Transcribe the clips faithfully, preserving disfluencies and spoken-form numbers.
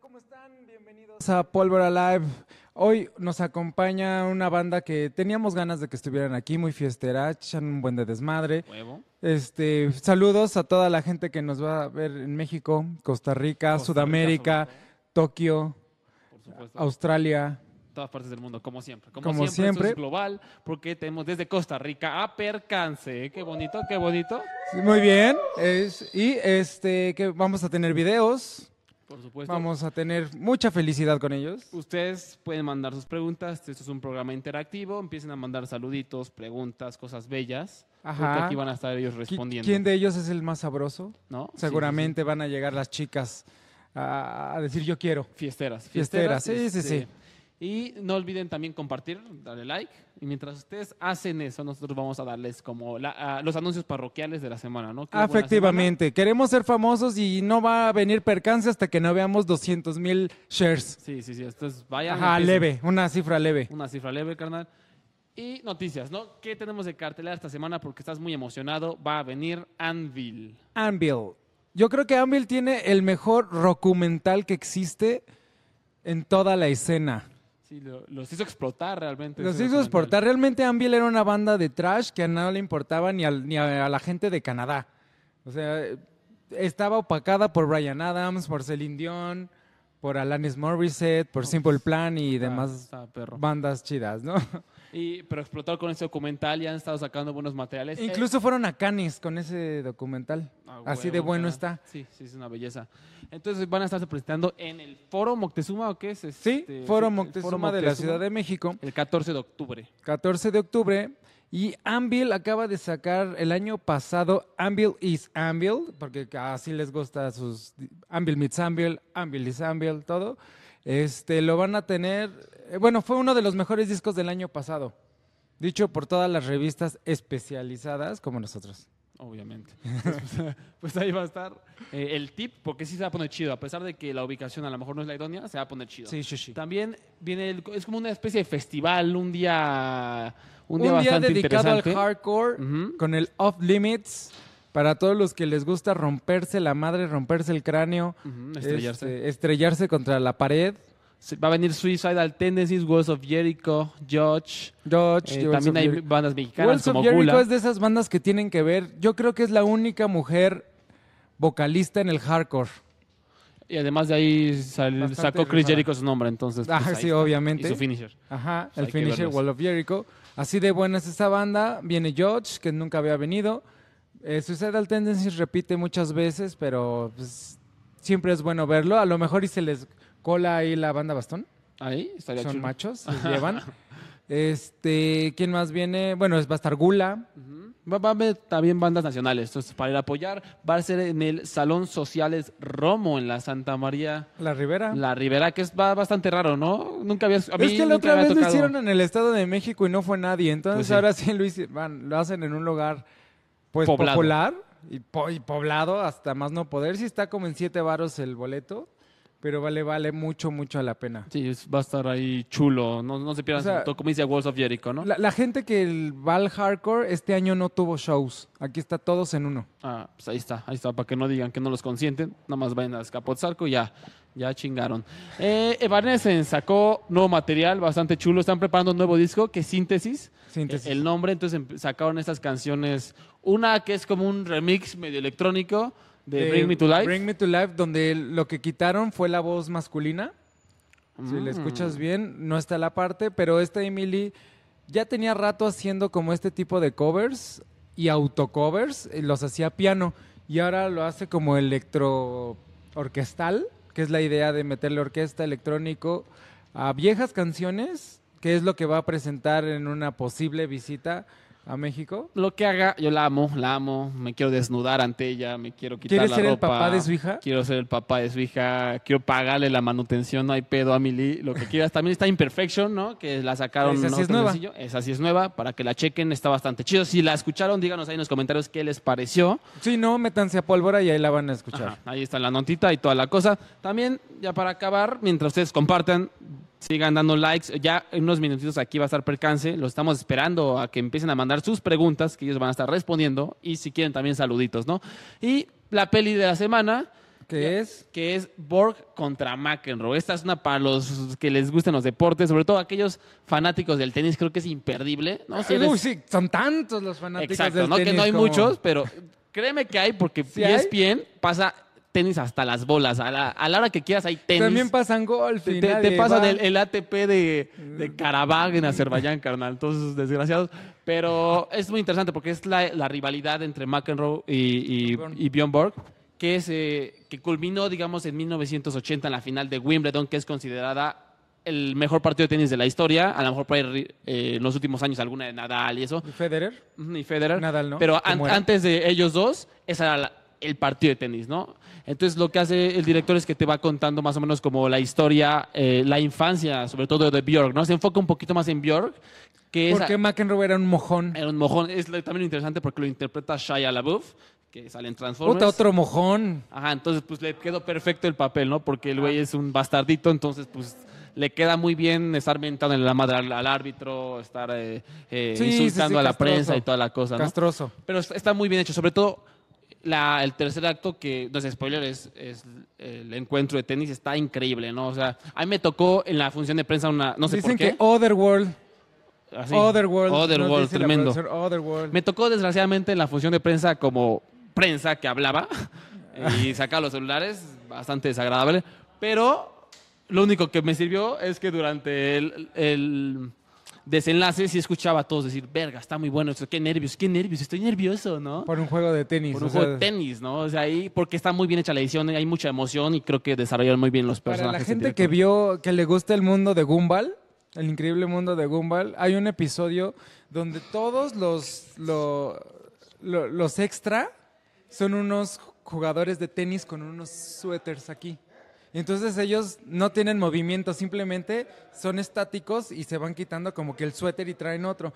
¿cómo están? Bienvenidos a Pólvora Live. Hoy nos acompaña una banda que teníamos ganas de que estuvieran aquí, muy fiestera, echan un buen de desmadre. Huevo. Este, saludos a toda la gente que nos va a ver en México, Costa Rica, Costa Sudamérica, Rica, Tokio, Por supuesto. Australia. Todas partes del mundo, como siempre. Como, Como siempre, siempre. esto es global, porque tenemos desde Costa Rica a Percance. Qué bonito, qué bonito. Sí, muy bien. Es- y este, que vamos a tener videos, Por supuesto. vamos a tener mucha felicidad con ellos. Ustedes pueden mandar sus preguntas. Esto es un programa interactivo. Empiecen a mandar saluditos, preguntas, cosas bellas. Porque Ajá. aquí van a estar ellos ¿Qui- respondiendo. ¿Quién de ellos es el más sabroso? ¿No? Sí, Seguramente van a llegar las chicas a, a decir yo quiero. sí, sí. Fiesteras. Fiesteras, sí, sí, sí. Y no olviden también compartir, darle like. Y mientras ustedes hacen eso, nosotros vamos a darles como la- a- los anuncios parroquiales de la semana, ¿no? ¿Qué hubo en la Efectivamente, queremos ser famosos y no va a venir percance hasta que no veamos doscientos mil shares. semana? Sí, sí, sí. Entonces vayan. Ajá, empiecen. leve, una cifra leve. Una cifra leve, carnal. Y noticias, ¿no? ¿Qué tenemos de cartelera esta semana? Porque estás muy emocionado. Va a venir Anvil. Anvil. Yo creo que Anvil tiene el mejor documental que existe en toda la escena. Sí, lo- los hizo explotar realmente. Los ese hizo documental. exportar. Realmente Anvil era una banda de trash que a nada le importaba ni, al- ni a, a la gente de Canadá. O sea, estaba opacada por Bryan Adams, por Celine Dion, por Alanis Morissette, por Simple Plan y Está- demás está perro. bandas chidas, ¿no? Y, pero explotar con ese documental y han estado sacando buenos materiales. Incluso fueron a Cannes con ese documental. Ah, Así huevo, de bueno carnal. está. Sí, sí, es una belleza. Entonces van a estarse presentando en el Foro Moctezuma, ¿o qué es? Sí, Este, Foro el Moctezuma de la Ciudad de México, El catorce de octubre. catorce de octubre. Y Anvil acaba de sacar el año pasado Anvil is Anvil, porque así les gusta sus Anvil meets Anvil, Anvil is Anvil, todo. Este, lo van a tener, eh, bueno, fue uno de los mejores discos del año pasado, dicho por todas las revistas especializadas como nosotros. Obviamente. Entonces, pues, pues ahí va a estar eh, el tip, porque sí se va a poner chido. A pesar de que la ubicación a lo mejor no es la idónea, se va a poner chido. Sí, sí, sí. También viene, el- es como una especie de festival, un día, un Un día día, bastante dedicado al interesante. hardcore Ujú. con el Off Limits para todos los que les gusta romperse la madre, romperse el cráneo, Ujú, estrellarse. este, estrellarse contra la pared. Sí, va a venir Suicidal Tendencies, Walls of Jericho, Judge. George, Eh, Walls también of hay Jericho. bandas mexicanas Walls of como Jericho Gula. es de esas bandas que tienen que ver. Yo creo que es la única mujer vocalista en el hardcore. Y además de ahí sal- Bastante sacó Chris rifada. Jericho su nombre, entonces. Ah, pues, ahí sí, está. obviamente. Y su finisher. Ajá, Pues el hay que finisher verlos. Wall of Jericho. Así de buena es esta banda. Viene George, que nunca había venido. Eh, Suicidal Tendencies repite muchas veces, pero pues, siempre es bueno verlo. A lo mejor y se les cola ahí la banda bastón. Ahí estaría Son chulo. machos, se llevan. Este, ¿quién más viene? Bueno, es, va a estar Gula. Ujú. Va, va a haber también bandas nacionales. Entonces, para ir a apoyar, va a ser en el Salón Sociales Romo, en la Santa María La Rivera. La Ribera, que es va bastante raro, ¿no? Nunca había. A mí Es que la nunca otra me vez había lo tocado. hicieron en el Estado de México y no fue nadie. Entonces Pues sí. ahora sí lo, hici- van, lo hacen en un lugar pues Poblado. popular y, po- y poblado hasta más no poder. Sí está como en siete varos el boleto, pero vale, vale mucho, mucho la pena. Sí, es- va a estar ahí chulo. No, no se pierdan, O sea, todo como dice Walls of Jericho, ¿no? La, la gente que el- va al hardcore este año no tuvo shows. Aquí está todos en uno. Ah, pues ahí está, ahí está, para que no digan que no los consienten, nada más vayan a Escapotzalco y ya, ya chingaron. Eh, Evanescence sacó nuevo material bastante chulo, están preparando un nuevo disco que es Síntesis, Síntesis. eh, el nombre, entonces empe- sacaron estas canciones, una que es como un remix medio electrónico de Eh, Bring Me to Life. Bring Me to Life, donde lo que quitaron fue la voz masculina. Si Mm. le escuchas bien, no está la parte, pero esta Emily ya tenía rato haciendo como este tipo de covers y autocovers, y los hacía piano, y ahora lo hace como electro orquestal, que es la idea de meterle orquesta electrónico a viejas canciones, que es lo que va a presentar en una posible visita a México. Lo que haga, yo la amo, la amo, me quiero desnudar ante ella, me quiero quitar ¿Quieres la ser el ropa. papá de su hija? Quiero ser el papá de su hija, quiero pagarle la manutención, no hay pedo, Amelie, lo que quieras. También está Imperfection, ¿no? Que la sacaron. Esa sí ¿no? es nueva. Sencillo. Esa sí es nueva, para que la chequen, está bastante chido. Si la escucharon, díganos ahí en los comentarios qué les pareció. Si no, métanse a Pólvora y ahí la van a escuchar. Ajá, ahí está la notita y toda la cosa. También, ya para acabar, mientras ustedes compartan, sigan dando likes. Ya en unos minutitos aquí va a estar Percance. Los estamos esperando a que empiecen a mandar sus preguntas, que ellos van a estar respondiendo. Y si quieren también saluditos, ¿no? Y la peli de la semana ¿Qué es? Que es Borg contra McEnroe. Esta es una para los que les gusten los deportes, sobre todo aquellos fanáticos del tenis, creo que es imperdible, ¿no? Si eres... Uy, sí, son tantos los fanáticos Exacto, del ¿no? tenis. Que no hay como- muchos, pero créeme que hay porque ¿Sí E hay? S P N pasa tenis hasta las bolas. A la, a la hora que quieras hay tenis. También pasan golf Te, y te- te nadie pasan va. el, el A T P de, de Karabaj en Azerbaiyán, carnal. Todos esos desgraciados. Pero es muy interesante porque es la, la rivalidad entre McEnroe y, y, Bjorn. y Bjorn Borg, que, es, eh, que culminó, digamos, en mil novecientos ochenta en la final de Wimbledon, que es considerada el mejor partido de tenis de la historia. A lo mejor por ahí, eh, en los últimos años alguna de Nadal y eso. ¿Y Federer? Ujú, y Federer. Nadal, ¿no? Pero Que an- muera. antes de ellos dos, ese era la- el partido de tenis, ¿no? Entonces lo que hace el director es que te va contando más o menos como la historia, eh, la infancia, sobre todo de Björk, ¿no? Se enfoca un poquito más en Björk, que es, Porque McEnroe era un mojón. era un mojón. Es lo- también interesante porque lo interpreta Shia LaBeouf, que sale en Transformers. Puta, otro mojón. Ajá, entonces pues le quedó perfecto el papel, ¿no? Porque el güey es un bastardito, entonces pues le queda muy bien estar mentando en la madre al, al árbitro, estar eh, eh, Sí, sí, insultando sí, a la castroso. prensa y toda la cosa, ¿no? Castroso. Pero está, está muy bien hecho, sobre todo la- el tercer acto, que no es spoiler, es, es el encuentro de tenis, está increíble, ¿no? O sea, a mí me tocó en la función de prensa una, no sé Dicen por qué. que Otherworld. así, Otherworld. nos Otherworld, dice la tremendo. producción, Otherworld. Me tocó desgraciadamente en la función de prensa como prensa que hablaba y sacaba los celulares, bastante desagradable, pero lo único que me sirvió es que durante el, el desenlace sí escuchaba a todos decir, verga, está muy bueno esto, qué nervios, qué nervios, estoy nervioso, ¿no? Por un juego de tenis. Por un o sea, juego de tenis, ¿no? O sea, ahí, porque está muy bien hecha la edición, hay mucha emoción y creo que desarrollaron muy bien los Para personajes. la del gente que director. vio, que le gusta el mundo de Gumball, el increíble mundo de Gumball, hay un episodio donde todos los, lo- lo- los extra son unos jugadores de tenis con unos suéteres aquí. Entonces ellos no tienen movimiento, simplemente son estáticos y se van quitando como que el suéter y traen otro.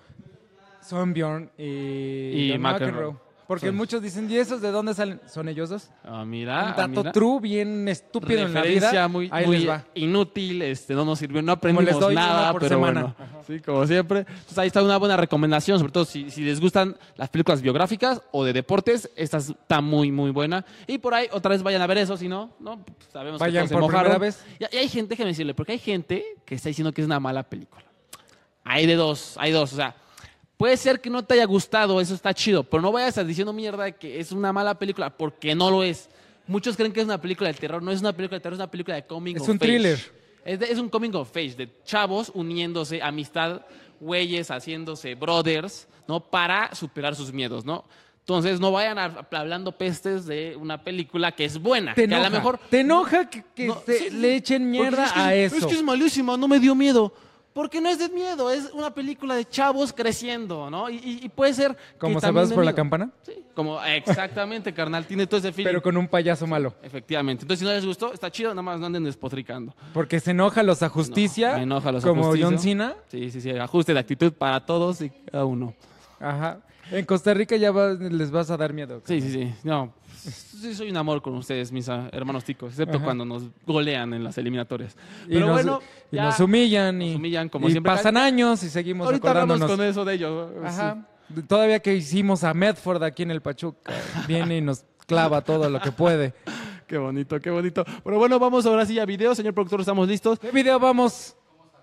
Son Bjorn y, Y John McEnroe. McEnroe. Porque Son- muchos dicen, ¿y esos de dónde salen? Son ellos dos. Ah, mira, Un ah, dato mira. true, bien estúpido en la Referencia vida. muy, Ahí muy les va. inútil, este, no nos sirvió, no aprendimos les doy nada, una por pero semana. bueno, sí, como siempre. Entonces ahí está una buena recomendación, sobre todo si, si les gustan las películas biográficas o de deportes, esta está muy, muy buena. Y por ahí otra vez vayan a ver eso, si no, no pues, sabemos Vayan que todos se por mojaron. primera vez. Y, y hay gente, déjeme decirle, porque hay gente que está diciendo que es una mala película. Hay de dos, hay dos, o sea, puede ser que no te haya gustado, eso está chido, pero no vayas a estar diciendo mierda de que es una mala película, porque no lo es. Muchos creen que es una película de terror, no es una película de terror, es una película de coming Es of un age. thriller. Es, de- es un coming of age, de chavos uniéndose, amistad, güeyes haciéndose brothers, ¿no? Para superar sus miedos, ¿no? Entonces no vayan a- hablando pestes de una película que es buena, Te que enoja, a lo mejor... te enoja que, que No, se sí, sí, le echen porque mierda es que- a eso. Es que es malísima, no me dio miedo. Porque no es de miedo, es una película de chavos creciendo, ¿no? Y, y- y puede ser. que ¿Como se también vas de por la miedo. campana? Sí, como exactamente, carnal, tiene todo ese feeling. Pero con un payaso malo. Efectivamente. Entonces, si no les gustó, está chido, nada más no anden despotricando. Porque se enoja los a justicia. No, me enoja los a como justicia. John Cena. Sí, sí, sí, ajuste de actitud para todos y cada uno. Ajá. En Costa Rica ya va- les vas a dar miedo. Sí, sí, sí. No, sí soy un amor con ustedes, mis ah, hermanos ticos, excepto Ajá. cuando nos golean en las eliminatorias. Y Pero nos, bueno, y ya nos humillan. Y, nos humillan como y siempre. pasan años y seguimos ahorita hablamos acordándonos. con eso de ellos. Ajá. Todavía que hicimos a Medford aquí en el Pachuca. Viene y nos clava todo lo que puede. Qué bonito, qué bonito. Pero bueno, vamos ahora sí a video. Señor productor, estamos listos. ¿Qué video vamos?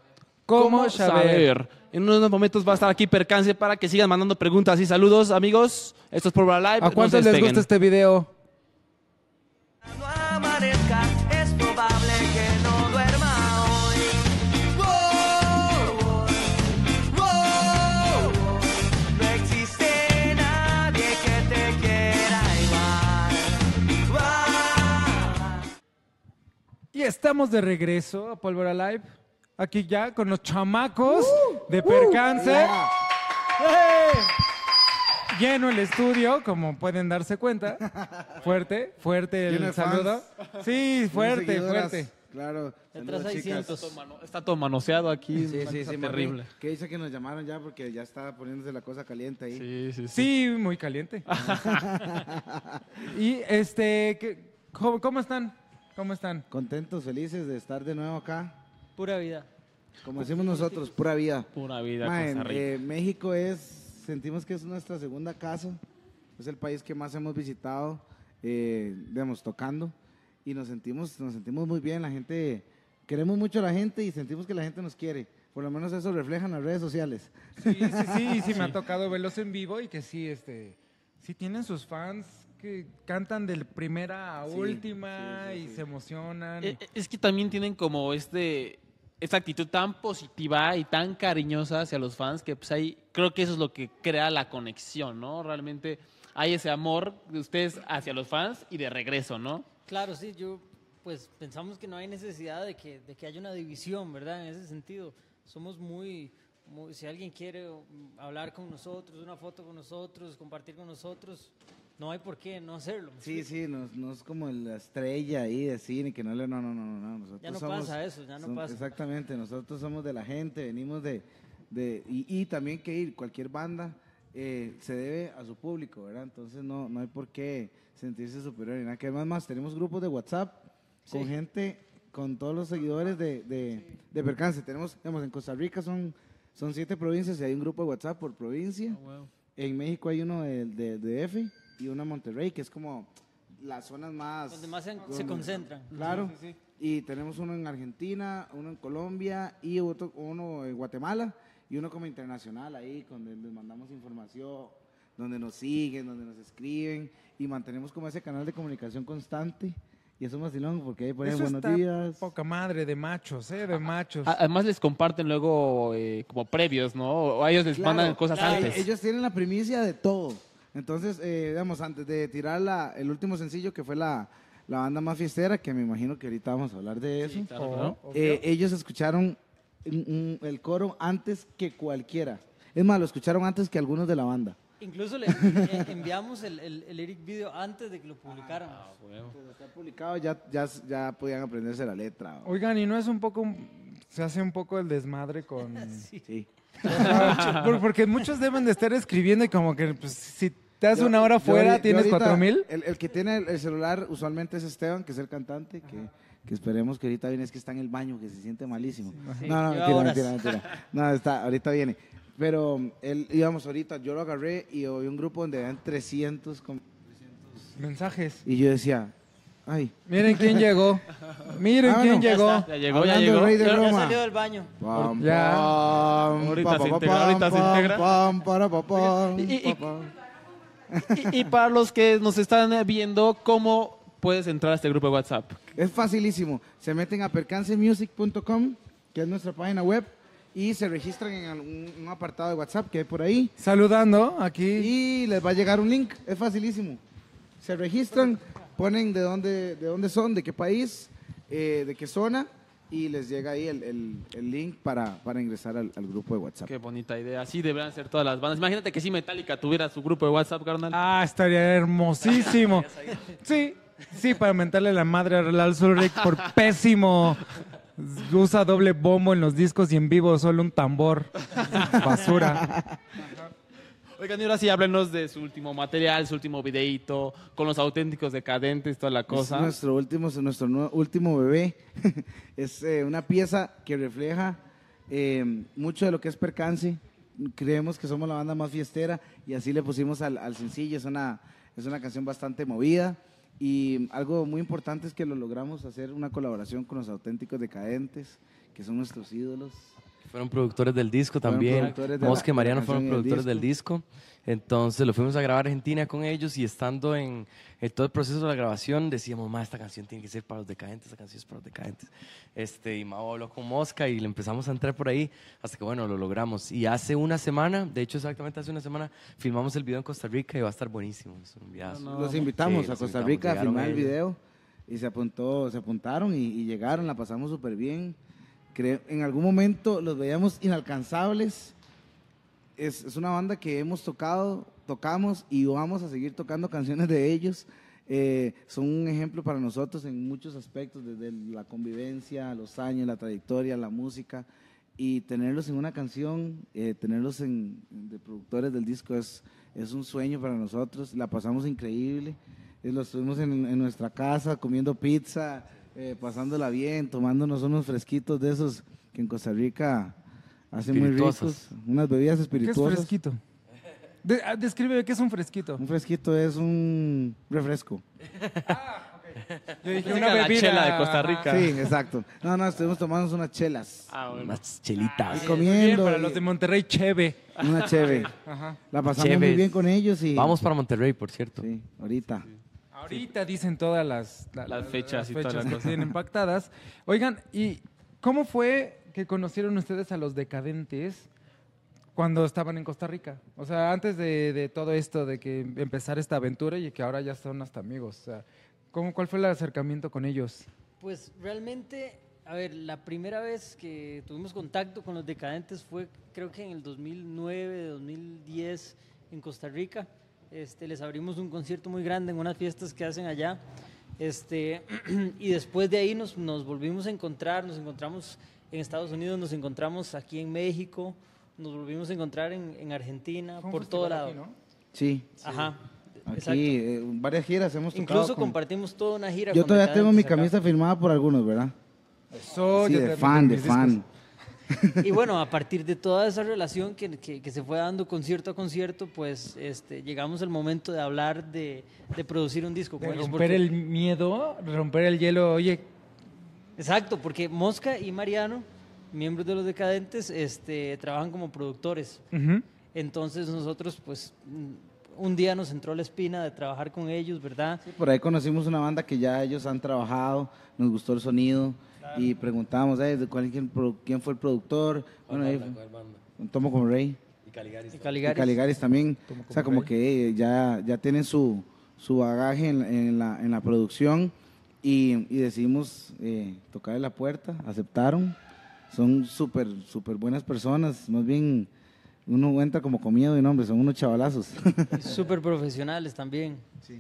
¿Cómo, saber? En unos momentos va a estar aquí Percance para que sigan mandando preguntas y saludos, amigos. Esto es Prueba Live. ¿A no cuántos se les despeguen. gusta este video? No amanezca, es probable que no duerma hoy. Wow, wow, no existe nadie que te quiera igual. Wow. Y estamos de regreso a Pólvora Live. Aquí ya con los chamacos de Percance. Lleno el estudio, como pueden darse cuenta. Fuerte, fuerte el Lleno de saludo. fans. Sí, fuerte, Seguidoras, fuerte. Claro. Detrás Saludos, hay chicas. cientos. Está todo mano- Está todo manoseado aquí. Sí, una sí, cosa sí, mami. terrible. Que dice que nos llamaron ya porque ya está poniéndose la cosa caliente ahí. Sí, sí, sí. Sí, muy caliente. Y este, ¿qué- cómo, cómo están? ¿Cómo están? Contentos, felices de estar de nuevo acá. Pura vida. Como decimos nosotros, pura vida. Pura vida, Mae, Costa Rica. eh, México es, sentimos que es nuestra segunda casa. Es el país que más hemos visitado, eh, digamos, tocando. y nos sentimos, nos sentimos muy bien, la gente, queremos mucho a la gente y sentimos que la gente nos quiere. Por lo menos eso reflejan las redes sociales. Sí, sí, sí, sí, me ha tocado verlos en vivo y que sí, este, sí tienen sus fans que cantan de primera a Sí, última sí, sí, y sí. se emocionan. Eh, Es que también tienen como este esta actitud tan positiva y tan cariñosa hacia los fans que pues ahí creo que eso es lo que crea la conexión, ¿no? Realmente hay ese amor de ustedes hacia los fans y de regreso, ¿no? Claro, sí, yo pues pensamos que no hay necesidad de que, de que haya una división, ¿verdad? En ese sentido, somos muy, muy, si alguien quiere mm, hablar con nosotros, una foto con nosotros, compartir con nosotros, no hay por qué no hacerlo. ¿me Sí, explico? sí, no, no es como la estrella ahí de cine que no le, no, no, no, no, no. Nosotros Ya no somos- pasa eso, ya no som- pasa. Exactamente, nosotros somos de la gente, venimos de, de y, y también que ir, cualquier banda eh, se debe a su público, ¿verdad? Entonces no, no hay por qué sentirse superior ni nada. Que además más, tenemos grupos de WhatsApp con Sí. gente, con todos los seguidores de, de, de Percance. Tenemos, digamos, en Costa Rica son, son siete provincias y hay un grupo de WhatsApp por provincia. En México hay uno de, de, de D F y uno en Monterrey, que es como las zonas más... Donde más se, se donde- concentran. Claro. Y tenemos uno en Argentina, uno en Colombia y otro, uno en Guatemala y uno como internacional ahí, donde les mandamos información, donde nos siguen, donde nos escriben y mantenemos como ese canal de comunicación constante. Y eso es vacilón porque ahí ponen Eso buenos está días. poca madre de machos, ¿eh? De machos. A- Además les comparten luego eh, como previos, ¿no? O a ellos les Claro, mandan cosas claro. antes. Ellos tienen la primicia de todo. Entonces, eh, digamos, antes de tirar la, el último sencillo, que fue la, la banda más fiestera, que me imagino que ahorita vamos a hablar de eso, Sí, claro, Oh, claro. obvio. eh, ellos escucharon un- un- el coro antes que cualquiera. Es más, lo escucharon antes que algunos de la banda. Incluso le eh, enviamos el, el, el lyric video antes de que lo publicáramos. Ah, bueno. Cuando está publicado ya, ya, ya podían aprenderse la letra. ¿o? Oigan, ¿y no es un poco, se hace un poco el desmadre con... Sí. Por- Porque muchos deben de estar escribiendo y como que pues, si te das Yo- una hora yo fuera, ahorita- yo tienes ahorita- cuatro mil. El, el que tiene el, el celular usualmente es Esteban, que es el cantante, que, que esperemos que ahorita viene, es que está en el baño, que se siente malísimo. Sí, no, no, lleva mentira, horas. mentira, mentira. No, está, ahorita viene. Pero él, digamos, ahorita yo lo agarré y hoy un grupo donde eran trescientos com- Mensajes. y yo decía, ay, Miren quién llegó. Miren Ah, quién bueno. Ya llegó. está. Ya llegó, ya Hablando llegó. del Rey de Ya- Ya Roma. salió del baño. pam, Ya. pam, Ahorita pa, se pa, integra, pam, ahorita se pam, integra. pam, para, pa, pam, Y- y- pa, pam. Y, y para los que nos están viendo, ¿cómo puedes entrar a este grupo de WhatsApp? Es facilísimo. Se meten a percancemusic punto com, que es nuestra página web, y se registran en algún- un apartado de WhatsApp que hay por ahí. Saludando aquí. Y les va a llegar un link. Es facilísimo. Se registran, ponen de dónde, de dónde son, de qué país, eh, de qué zona, y les llega ahí el, el- el link para, para ingresar al, al grupo de WhatsApp. Qué bonita idea. Así deberían ser todas las bandas. Imagínate que si Metallica tuviera su grupo de WhatsApp, carnal. Ah, estaría hermosísimo. Sí, sí, para mentarle la madre a Lars Ulrich por pésimo. Usa doble bombo en los discos y en vivo solo un tambor. Basura. Oigan, y ahora sí, háblenos de su último material, su último videíto, con los auténticos decadentes, toda la Es cosa. nuestro último, es nuestro nue- último bebé. Es eh, una pieza que refleja eh, mucho de lo que es Percance. Creemos que somos la banda más fiestera y así le pusimos al, al sencillo. Es una, es una canción bastante movida y algo muy importante es que lo logramos hacer una colaboración con los auténticos decadentes, que son nuestros ídolos. Fueron productores del disco Fueron también. productores de Mosca la- y Mariano de la fueron canción y del productores del disco. Entonces lo fuimos a grabar a Argentina con ellos y estando en, en todo el proceso de la grabación decíamos, ma, esta canción tiene que ser para los decadentes, esta canción es para los decadentes. Este, y Mao habló con Mosca y le empezamos a entrar por ahí hasta que, bueno, lo logramos. Y hace una semana, de hecho exactamente hace una semana, filmamos el video en Costa Rica y va a estar buenísimo. Es un viaje. Los invitamos Sí, a los Costa invitamos, Rica a llegaron filmar el ellos. video y se apuntó, se apuntaron y, y llegaron, la pasamos súper bien. Cre- en algún momento los veíamos inalcanzables. Es, es una banda que hemos tocado, tocamos y vamos a seguir tocando canciones de ellos. Eh, son un ejemplo para nosotros en muchos aspectos, desde la convivencia, los años, la trayectoria, la música. Y tenerlos en una canción, eh, tenerlos en, de productores del disco es, es un sueño para nosotros. La pasamos increíble. Eh, los tuvimos en, en nuestra casa comiendo pizza, eh, pasándola bien, tomándonos unos fresquitos de esos que en Costa Rica hacen muy ricos. Espirituosos. Unas bebidas ¿Qué es espirituosas. fresquito? De- ah, describe qué es un fresquito. Un fresquito es un refresco. Yo dije, Pensé una que era la bebida. chela de Costa Rica. Sí, exacto. No, no, estuvimos tomando unas chelas. Ah, bueno. Unas chelitas. Y Bien, comiendo. para y- los de Monterrey, cheve. Una chévere. Ajá. La pasamos Chéves. muy bien con ellos y... Vamos para Monterrey, por cierto. Sí, ahorita. Ahorita dicen todas las, la- Las la- fechas y las todas las que cosas. tienen impactadas. Oigan, ¿y cómo fue que conocieron ustedes a los Decadentes cuando estaban en Costa Rica? O sea, antes de, de todo esto, de que empezar esta aventura y que ahora ya son hasta amigos. O sea, ¿cómo, ¿cuál fue el acercamiento con ellos? Pues realmente, a ver, la primera vez que tuvimos contacto con los Decadentes fue creo que en el dos mil nueve, dos mil diez en Costa Rica. Este, les abrimos un concierto muy grande en unas fiestas que hacen allá. Este, y después de ahí nos, nos volvimos a encontrar, nos encontramos en Estados Unidos, nos encontramos aquí en México, nos volvimos a encontrar en, en Argentina, Fue un por todo festival lado. aquí, ¿no? Sí. Ajá, exacto. Aquí, eh, varias giras hemos tocado Incluso con- compartimos toda una gira. Yo con todavía tengo mi Decadentes acá. camisa firmada por algunos, ¿verdad? Eso, Sí, yo de también fan, tengo de mis fan. discos. Y bueno, a partir de toda esa relación que, que- que se fue dando concierto a concierto, pues este, llegamos al momento de hablar de, de producir un disco. De con ellos, romper porque- el miedo, romper el hielo. Oye, Exacto, porque Mosca y Mariano, miembros de Los Decadentes, este, trabajan como productores. ujú. Entonces nosotros, pues, mm, un día nos entró la espina de trabajar con ellos, ¿verdad? Sí, por ahí conocimos una banda que ya ellos han trabajado, nos gustó el sonido y preguntábamos, eh, ¿de cuál, quién, produ- quién fue el productor? Bueno, ahí fue- Tomo como Rey. Y Y Caligaris. Caligaris también. Tomo O sea, como como que eh, ya, ya tienen su, su bagaje en, en la, en la producción y, y decidimos eh, tocarle la puerta, aceptaron. Son súper, súper buenas personas, más bien uno entra como con miedo y no, hombre, son unos chavalazos. Súper profesionales también.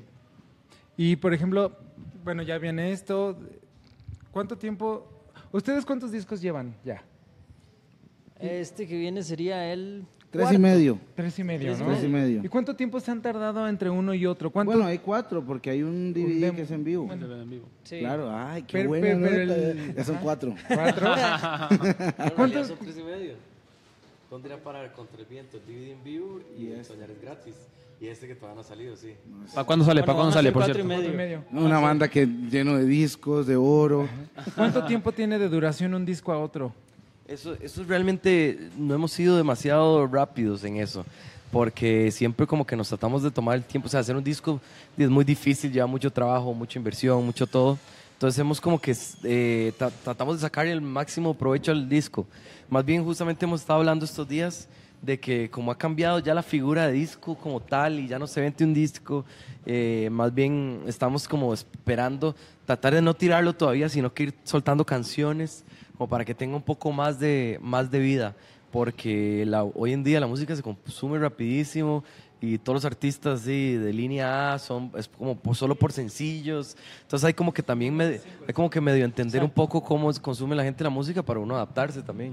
Y por ejemplo, bueno, ya viene esto. ¿Cuánto tiempo? ¿Ustedes cuántos discos llevan ya? Este que viene sería el Tres y cuarto. medio. Tres y medio, Tres y ¿no? Tres y medio. ¿Y cuánto tiempo se han tardado entre uno y otro? ¿Cuánto? Bueno, hay cuatro, porque hay un D V D demo. que es en vivo. En vivo. Sí. Claro, ay, qué Pero- buena pero- pero nota. el- Ya son ajá. cuatro. ¿Cuatro? ¿Cuántos? son tres y medio. ¿Dónde irá a parar? Contra el viento, D V D en vivo y Y este. Soñar es gratis. Y este que todavía no ha salido, sí. ¿Para cuándo sale? Bueno, ¿Para cuándo van a sale, ser por cuatro y cierto? Cuatro y medio. medio. Una banda que lleno de discos, de oro. ¿Cuánto tiempo tiene de duración un disco a otro? Eso, eso realmente no hemos sido demasiado rápidos en eso, porque siempre como que nos tratamos de tomar el tiempo, o sea, hacer un disco es muy difícil, lleva mucho trabajo, mucha inversión, mucho todo. Entonces hemos como que eh, tra- tratamos de sacar el máximo provecho al disco. Más bien justamente hemos estado hablando estos días de que como ha cambiado ya la figura de disco como tal y ya no se vende un disco, eh, más bien estamos como esperando tratar de no tirarlo todavía, sino que ir soltando canciones como para que tenga un poco más de, más de vida, porque la, hoy en día la música se consume rapidísimo y todos los artistas sí, de línea A son es como por- solo por sencillos, entonces hay como que también me- hay como que medio entender un poco cómo se consume la gente la música para uno adaptarse también.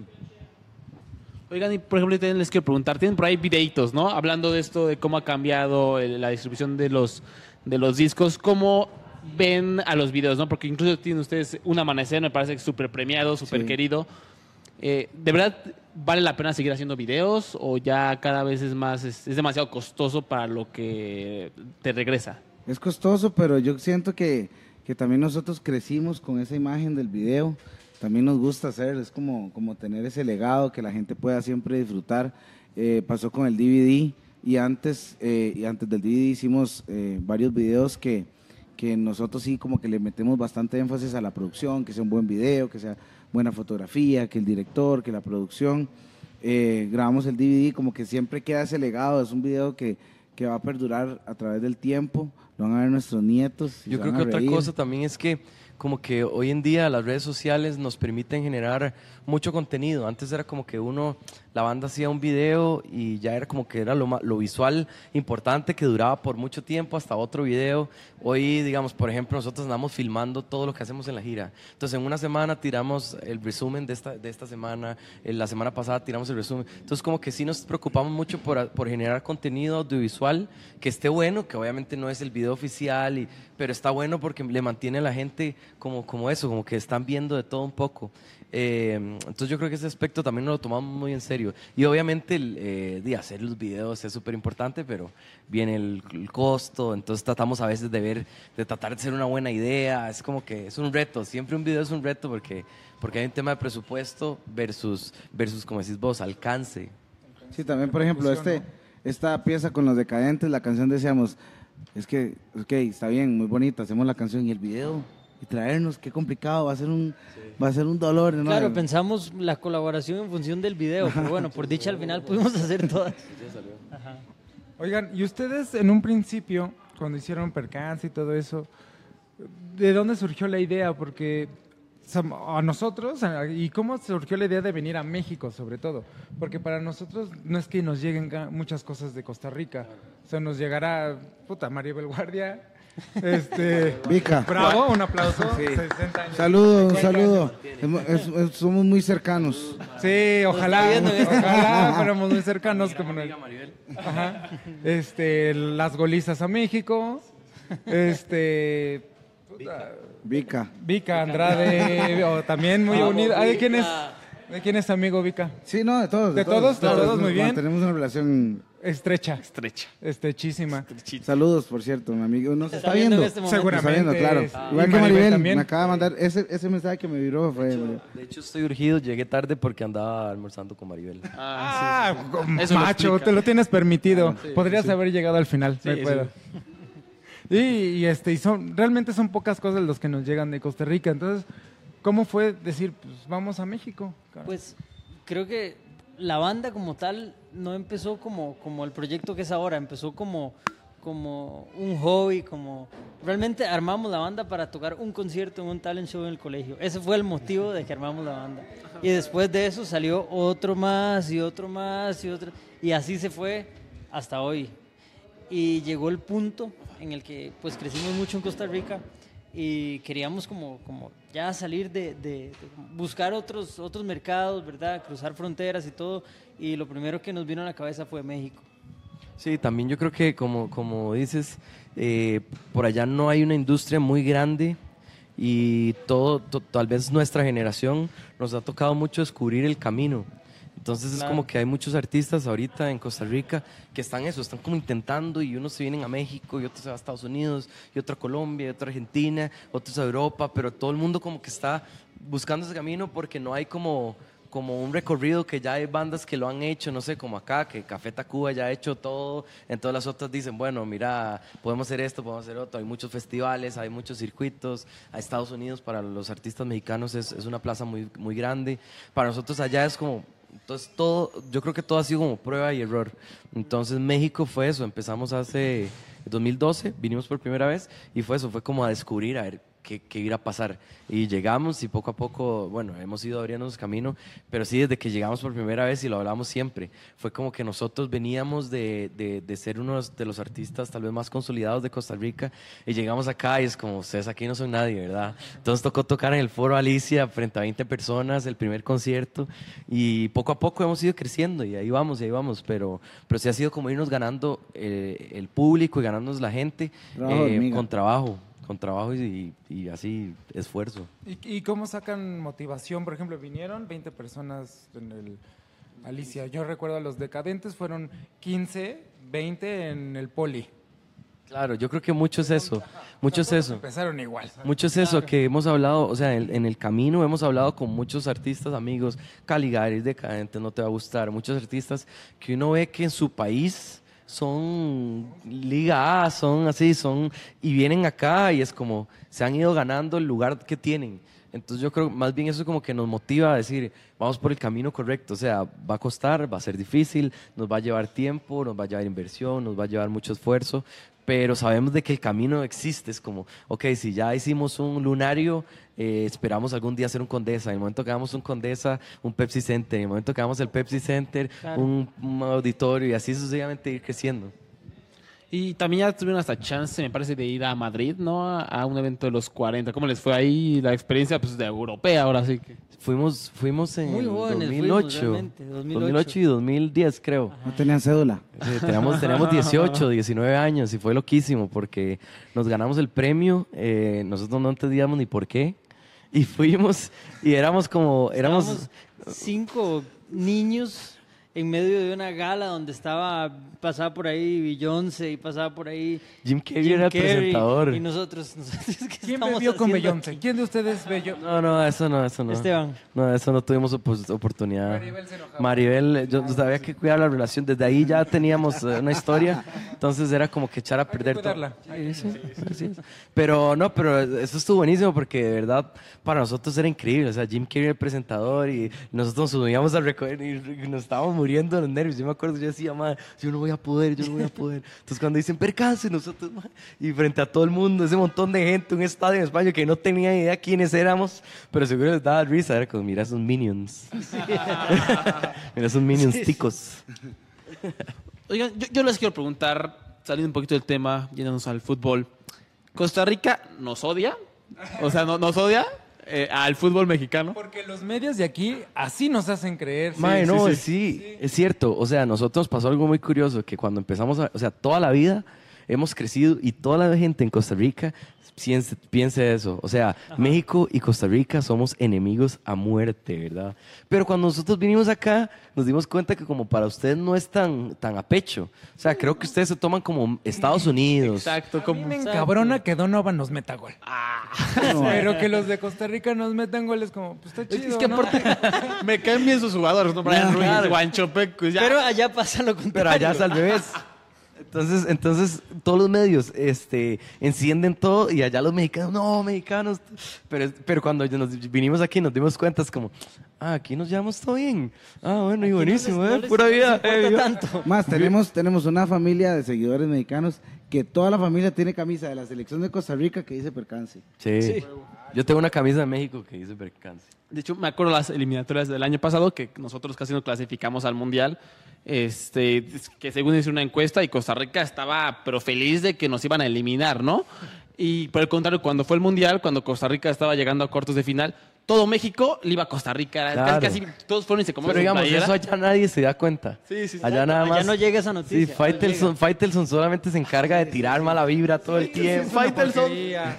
Oigan, y por ejemplo, yo también les quiero preguntar, tienen por ahí videitos, ¿no? Hablando de esto, de cómo ha cambiado el- la distribución de los, de los discos, ¿cómo ven a los videos, no? Porque incluso tienen ustedes Un Amanecer, me parece que es súper premiado, súper Sí. querido. Eh, ¿De verdad vale la pena seguir haciendo videos o ya cada vez es más, es, es demasiado costoso para lo que te regresa? Es costoso, pero yo siento que, que también nosotros crecimos con esa imagen del video. También nos gusta hacer, es como, como tener ese legado que la gente pueda siempre disfrutar. Eh, pasó con el D V D y antes, eh, y antes del D V D hicimos eh, varios videos que, que nosotros sí como que le metemos bastante énfasis a la producción, que sea un buen video, que sea buena fotografía, que el director, que la producción. Eh, grabamos el D V D, como que siempre queda ese legado, es un video que, que va a perdurar a través del tiempo, lo van a ver nuestros nietos. y Yo se creo van que a otra reír. cosa también es que como que hoy en día las redes sociales nos permiten generar mucho contenido. Antes era como que uno, la banda hacía un video y ya era como que era lo, ma- lo visual importante que duraba por mucho tiempo hasta otro video. Hoy, digamos, por ejemplo, nosotros andamos filmando todo lo que hacemos en la gira. Entonces, en una semana tiramos el resumen de esta, de esta semana, en la semana pasada tiramos el resumen. Entonces, como que sí nos preocupamos mucho por, por generar contenido audiovisual que esté bueno, que obviamente no es el video oficial, y, pero está bueno porque le mantiene a la gente como, como eso, como que están viendo de todo un poco. Eh, entonces yo creo que ese aspecto también nos lo tomamos muy en serio. Y obviamente el, eh, de hacer los videos es súper importante, pero viene el, el costo, entonces tratamos a veces de ver, de tratar de hacer una buena idea, es como que es un reto, siempre un video es un reto porque, porque hay un tema de presupuesto versus, versus, como decís vos, alcance. Sí, también, por ejemplo, este, esta pieza con Los Decadentes, la canción decíamos, es que, ok, está bien, muy bonita, hacemos la canción y el video, y traernos, qué complicado, va a ser un, va a ser un dolor. ¿no? Claro, pensamos la colaboración en función del video, pero bueno, por dicha al final pudimos hacer todas. Ajá. Oigan, y ustedes en un principio, cuando hicieron Percance y todo eso, ¿de dónde surgió la idea? Porque a nosotros, ¿y cómo surgió la idea de venir a México sobre todo? Porque para nosotros no es que nos lleguen muchas cosas de Costa Rica, o sea, nos llegará, puta, Maribel Guardia, este... Vica. Bravo, un aplauso, Sí. sesenta años. Saludo, un saludo. Hemos- es- es- somos muy cercanos. Sí, ojalá, viendo en este ojalá fuéramos muy cercanos como no. Ajá. Este, las golizas a México, este, puta, Vica. Vica Andrade, o también muy unida. ¿De quién es? ¿De quién es amigo Vica? Sí, no, de todos. ¿De todos? ¿De todos? Muy bien. Tenemos una relación Estrecha, Estrecha. estrechísima. Saludos, por cierto, mi amigo. Nos Te está viendo. en este momento. Nos está Seguramente. viendo, claro. es- Igual y que Maribel Maribel, también. me acaba de mandar ese, ese mensaje que me vibró. Fue, De hecho, estoy urgido, llegué tarde porque andaba almorzando con Maribel. Ah, sí. Eso lo macho, explica. te lo tienes permitido. Sí, Podrías sí. haber llegado al final, no Sí, hay pedo. Y, y, este, y son, realmente son pocas cosas los que nos llegan de Costa Rica. Entonces, ¿cómo fue decir, pues vamos a México? Pues creo que la banda como tal no empezó como, como el proyecto que es ahora, empezó como, como un hobby, como realmente armamos la banda para tocar un concierto en un talent show en el colegio. Ese fue el motivo de que armamos la banda. Y después de eso salió otro más y otro más y otro, y así se fue hasta hoy. Y llegó el punto en el que pues crecimos mucho en Costa Rica y queríamos como, como ya salir de, de- de buscar otros, otros mercados, ¿verdad? Cruzar fronteras y todo. Y lo primero que nos vino a la cabeza fue México. Sí, también yo creo que como, como dices, eh, por allá no hay una industria muy grande y todo, to- tal vez nuestra generación nos ha tocado mucho descubrir el camino. Entonces es Claro. como que hay muchos artistas ahorita en Costa Rica que están eso, están como intentando y unos se vienen a México y otros se van a Estados Unidos y otro a Colombia y otro a Argentina, otros a Europa, pero todo el mundo como que está buscando ese camino porque no hay como, como un recorrido que ya hay bandas que lo han hecho, no sé, como acá, que Café Tacuba ya ha hecho todo, entonces las otras dicen, bueno, mira, podemos hacer esto, podemos hacer otro, hay muchos festivales, hay muchos circuitos, a Estados Unidos para los artistas mexicanos es, es una plaza muy, muy grande, para nosotros allá es como... Entonces todo, yo creo que todo ha sido como prueba y error. Entonces México fue eso, empezamos hace dos mil doce, vinimos por primera vez y fue eso, fue como a descubrir a ver qué, qué iba a pasar. Y llegamos y poco a poco, bueno, hemos ido abriéndonos camino, pero sí desde que llegamos por primera vez y lo hablamos siempre, fue como que nosotros veníamos de, de, de ser uno de los artistas tal vez más consolidados de Costa Rica y llegamos acá y es como, ustedes aquí no son nadie, ¿verdad? Entonces tocó tocar en el Foro Alicia frente a veinte personas, el primer concierto y poco a poco hemos ido creciendo y ahí vamos, y ahí vamos, pero, pero sí ha sido como irnos ganando eh, el público y ganándonos la gente Trabajo de eh, hormiga. con trabajo, con trabajo y, y así esfuerzo. ¿Y, y cómo sacan motivación? Por ejemplo, vinieron veinte personas en el Alicia. Yo recuerdo a Los Decadentes, fueron quince, veinte en el Poli. Claro, yo creo que mucho es eso, mucho es eso. Empezaron igual. ¿sabes? Mucho es eso, que hemos hablado, o sea, en, en el camino hemos hablado con muchos artistas, amigos, Caligaris, Decadentes, No Te Va a Gustar, muchos artistas que uno ve que en su país son Liga A, son así, son, y vienen acá y es como, se han ido ganando el lugar que tienen. Entonces yo creo más bien eso como que nos motiva a decir, vamos por el camino correcto, o sea, va a costar, va a ser difícil, nos va a llevar tiempo, nos va a llevar inversión, nos va a llevar mucho esfuerzo, pero sabemos de que el camino existe, es como, ok, si ya hicimos un lunario, eh, esperamos algún día hacer un Condesa, en el momento que hagamos un Condesa, un Pepsi Center, en el momento que hagamos el Pepsi Center, Claro. un, un auditorio y así sucesivamente ir creciendo. Y también ya tuvieron hasta chance, me parece, de ir a Madrid, ¿no? A, a un evento de los cuarenta. ¿Cómo les fue ahí la experiencia pues, de europea ahora sí que? Fuimos, fuimos en Muy el jóvenes dos mil ocho, fuimos, realmente, dos mil ocho. dos mil ocho y dos mil diez creo. No tenían cédula. Sí, teníamos, teníamos dieciocho, diecinueve años y fue loquísimo porque nos ganamos el premio, eh, nosotros no entendíamos ni por qué. Y fuimos y éramos como, éramos... Estábamos cinco niños en medio de una gala donde estaba, pasaba por ahí Beyoncé y pasaba por ahí Jim Carrey era el presentador. Y nosotros, nosotros ¿qué ¿Quién estamos bebió con haciendo Beyoncé? aquí? ¿Quién de ustedes bebió? No, no, eso no, eso no. Esteban. No, eso no tuvimos opos- oportunidad. Maribel se enojaba. Maribel, yo sabía que cuidar la relación. Desde ahí ya teníamos eh, una historia. Entonces era como que echar a Hay que perder todo. cuidarla. Sí, sí, así es. Pero no, pero eso estuvo buenísimo porque de verdad para nosotros era increíble. O sea, Jim Carrey el presentador y nosotros nos subíamos a recoger y nos estábamos muriendo de los nervios. Yo me acuerdo, yo decía, madre, yo no voy a poder, yo no voy a poder. Entonces cuando dicen percance, nosotros, madre, y frente a todo el mundo, ese montón de gente, un estadio en España que no tenía idea quiénes éramos, pero seguro les daba risa. Era como, mira esos minions. Mira esos minions Sí, sí. ticos. Oigan, yo, yo les quiero preguntar, saliendo un poquito del tema, yéndonos al fútbol. ¿Costa Rica nos odia? O sea, ¿no- ¿nos odia eh, al fútbol mexicano? Porque los medios de aquí así nos hacen creer. Mae, sí, no, sí. sí, es cierto. O sea, nosotros pasó algo muy curioso, que cuando empezamos a... O sea, toda la vida hemos crecido y toda la gente en Costa Rica piense, piense eso. O sea, México y Costa Rica somos enemigos a muerte, ¿verdad? Pero cuando nosotros vinimos acá, nos dimos cuenta que como para ustedes no es tan, tan a pecho. O sea, creo que ustedes se toman como Estados Unidos. Exacto, A mí como... me Exacto. encabrona que Donovan nos meta gol. Ah. Pero que los de Costa Rica nos metan goles como, pues está chido, Es que ¿no? aparte me caen bien sus jugadores, ¿no? Brian Ruiz, Juancho Pecos, ya. Pero allá pasa lo contrario. Pero allá es al revés. Entonces, entonces todos los medios este, encienden todo y allá los mexicanos, no, mexicanos. Pero, pero cuando nos vinimos aquí nos dimos cuenta, es como, ah, aquí nos llevamos todo bien. Ah, bueno, y buenísimo, no les- ¿eh? no les- Pura no les vida. importa eh, yo- tanto. Más, tenemos, tenemos una familia de seguidores mexicanos que toda la familia tiene camisa de la selección de Costa Rica que dice percance. Sí. Yo tengo una camisa de México que dice percance. De hecho, me acuerdo las eliminatorias del año pasado que nosotros casi nos clasificamos al Mundial, este, que según hice una encuesta y Costa Rica estaba pero feliz de que nos iban a eliminar, ¿no? Y por el contrario, cuando fue el Mundial, cuando Costa Rica estaba llegando a cuartos de final, todo México le iba a Costa Rica. Claro. Casi, casi todos fueron y se comieron Pero su digamos, playera. eso allá nadie se da cuenta. Sí, sí, sí. Allá nada más. Allá no llega esa Sí, noticia. Faitelson, Faitelson solamente se encarga de tirar mala vibra todo el tiempo. Es una Faitelson. porquería.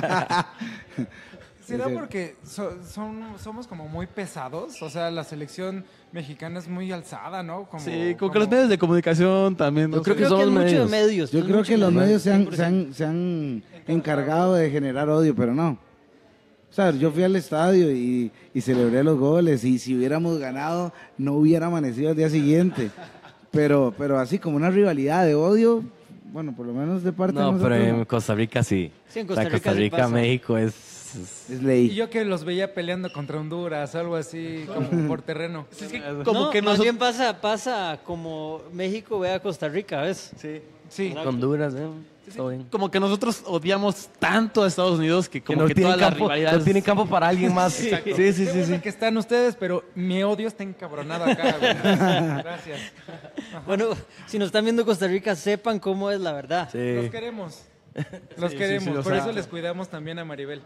¿Será porque so- son, somos como muy pesados? O sea, la selección mexicana es muy alzada, ¿no? Como, Sí, como que los medios de comunicación también. Yo no creo sé. que Creo que es somos mucho de medios. medios. Yo es creo mucho que de los medios se han, cien por se, ciento. han, se han encargado de generar odio, pero no. O sea, yo fui al estadio y, y celebré los goles y si hubiéramos ganado no hubiera amanecido al día siguiente. Pero, pero así como una rivalidad de odio, bueno, por lo menos de parte de No, nosotros, pero en no. Costa Rica sí. Sí, en O Costa sea, Rica Costa sí Rica, pasa. México es... es- Es Y ley. yo que los veía peleando contra Honduras, algo así, como por terreno. Es que como no, que más nosotros... bien pasa, pasa como México ve a Costa Rica, ¿ves? Sí. Sí. Honduras, ¿eh? Todo bien. Como que nosotros odiamos tanto a Estados Unidos que Que como no que, tienen todas las campo, rivalidades... no tienen campo para alguien más. Sí, sí, sí, sí, Qué sí. bueno que están ustedes, pero mi odio está encabronado acá, güey. Gracias. Bueno, si nos están viendo Costa Rica, sepan cómo es la verdad. Sí. Los queremos. Los Sí, queremos. sí, sí, o Por sea- eso les cuidamos también a Maribel.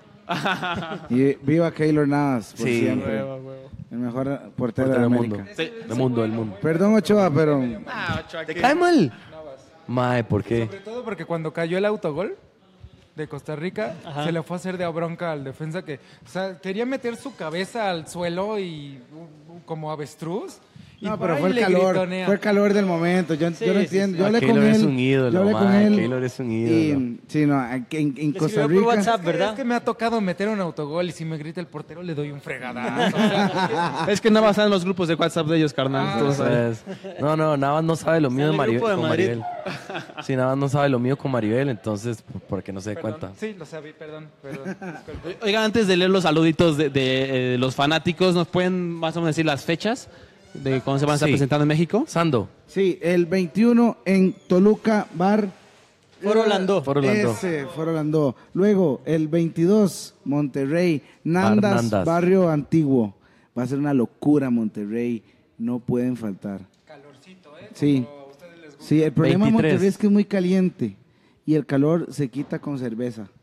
Y viva Keylor Navas, por Sí. siempre. Huevo, huevo. El mejor portero Portero de del América. mundo. Sí. Del mundo, del mundo. Perdón, Ochoa, pero Ah, Ochoa, ¿Te que- cae mal? Mae, ¿por qué? Sobre todo porque cuando cayó el autogol de Costa Rica, Ajá. se le fue a hacer de a bronca al defensa que, o sea, quería meter su cabeza al suelo y uh, uh, como avestruz. Y no, va pero y fue el le calor, gritonea. fue el calor del momento. Yo, Sí, yo no sí, entiendo. sí. Yo Ah, hablé con Keylor él. es un ídolo, yo hablé con mae, él. Keylor es un y- ídolo. sí, no, aquí en, en Le Costa escribió por Rica. WhatsApp, ¿verdad? Es que me ha tocado meter un autogol y si me grita el portero le doy un fregadazo. O sea, Es que nada más están en los grupos de WhatsApp de ellos, carnal. Ah, Todos ahí. Entonces, no, no, Navas no sabe lo mío de en el Maribel, grupo de con Madrid. Maribel. Sí, Navas no sabe lo mío con Maribel, entonces, porque no se dé perdón. cuenta. Sí, lo sabía, perdón. perdón disculpe. Oiga, antes de leer los saluditos de, de, eh, los fanáticos, ¿nos pueden más o menos decir las fechas de cuándo se van a estar Sí. presentando en México? Sando, Sí, el veintiuno en Toluca Bar. Foro Landó. Foro Landó. Ese, Foro Landó. Luego, el veintidós, Monterrey, Nandas, Nandas. Barrio Antiguo. Va a ser una locura Monterrey. No pueden faltar. Calorcito, ¿eh? Sí. Como a ustedes les gusta. Sí, el problema de veintitrés. Monterrey es que es muy caliente y el calor se quita con cerveza.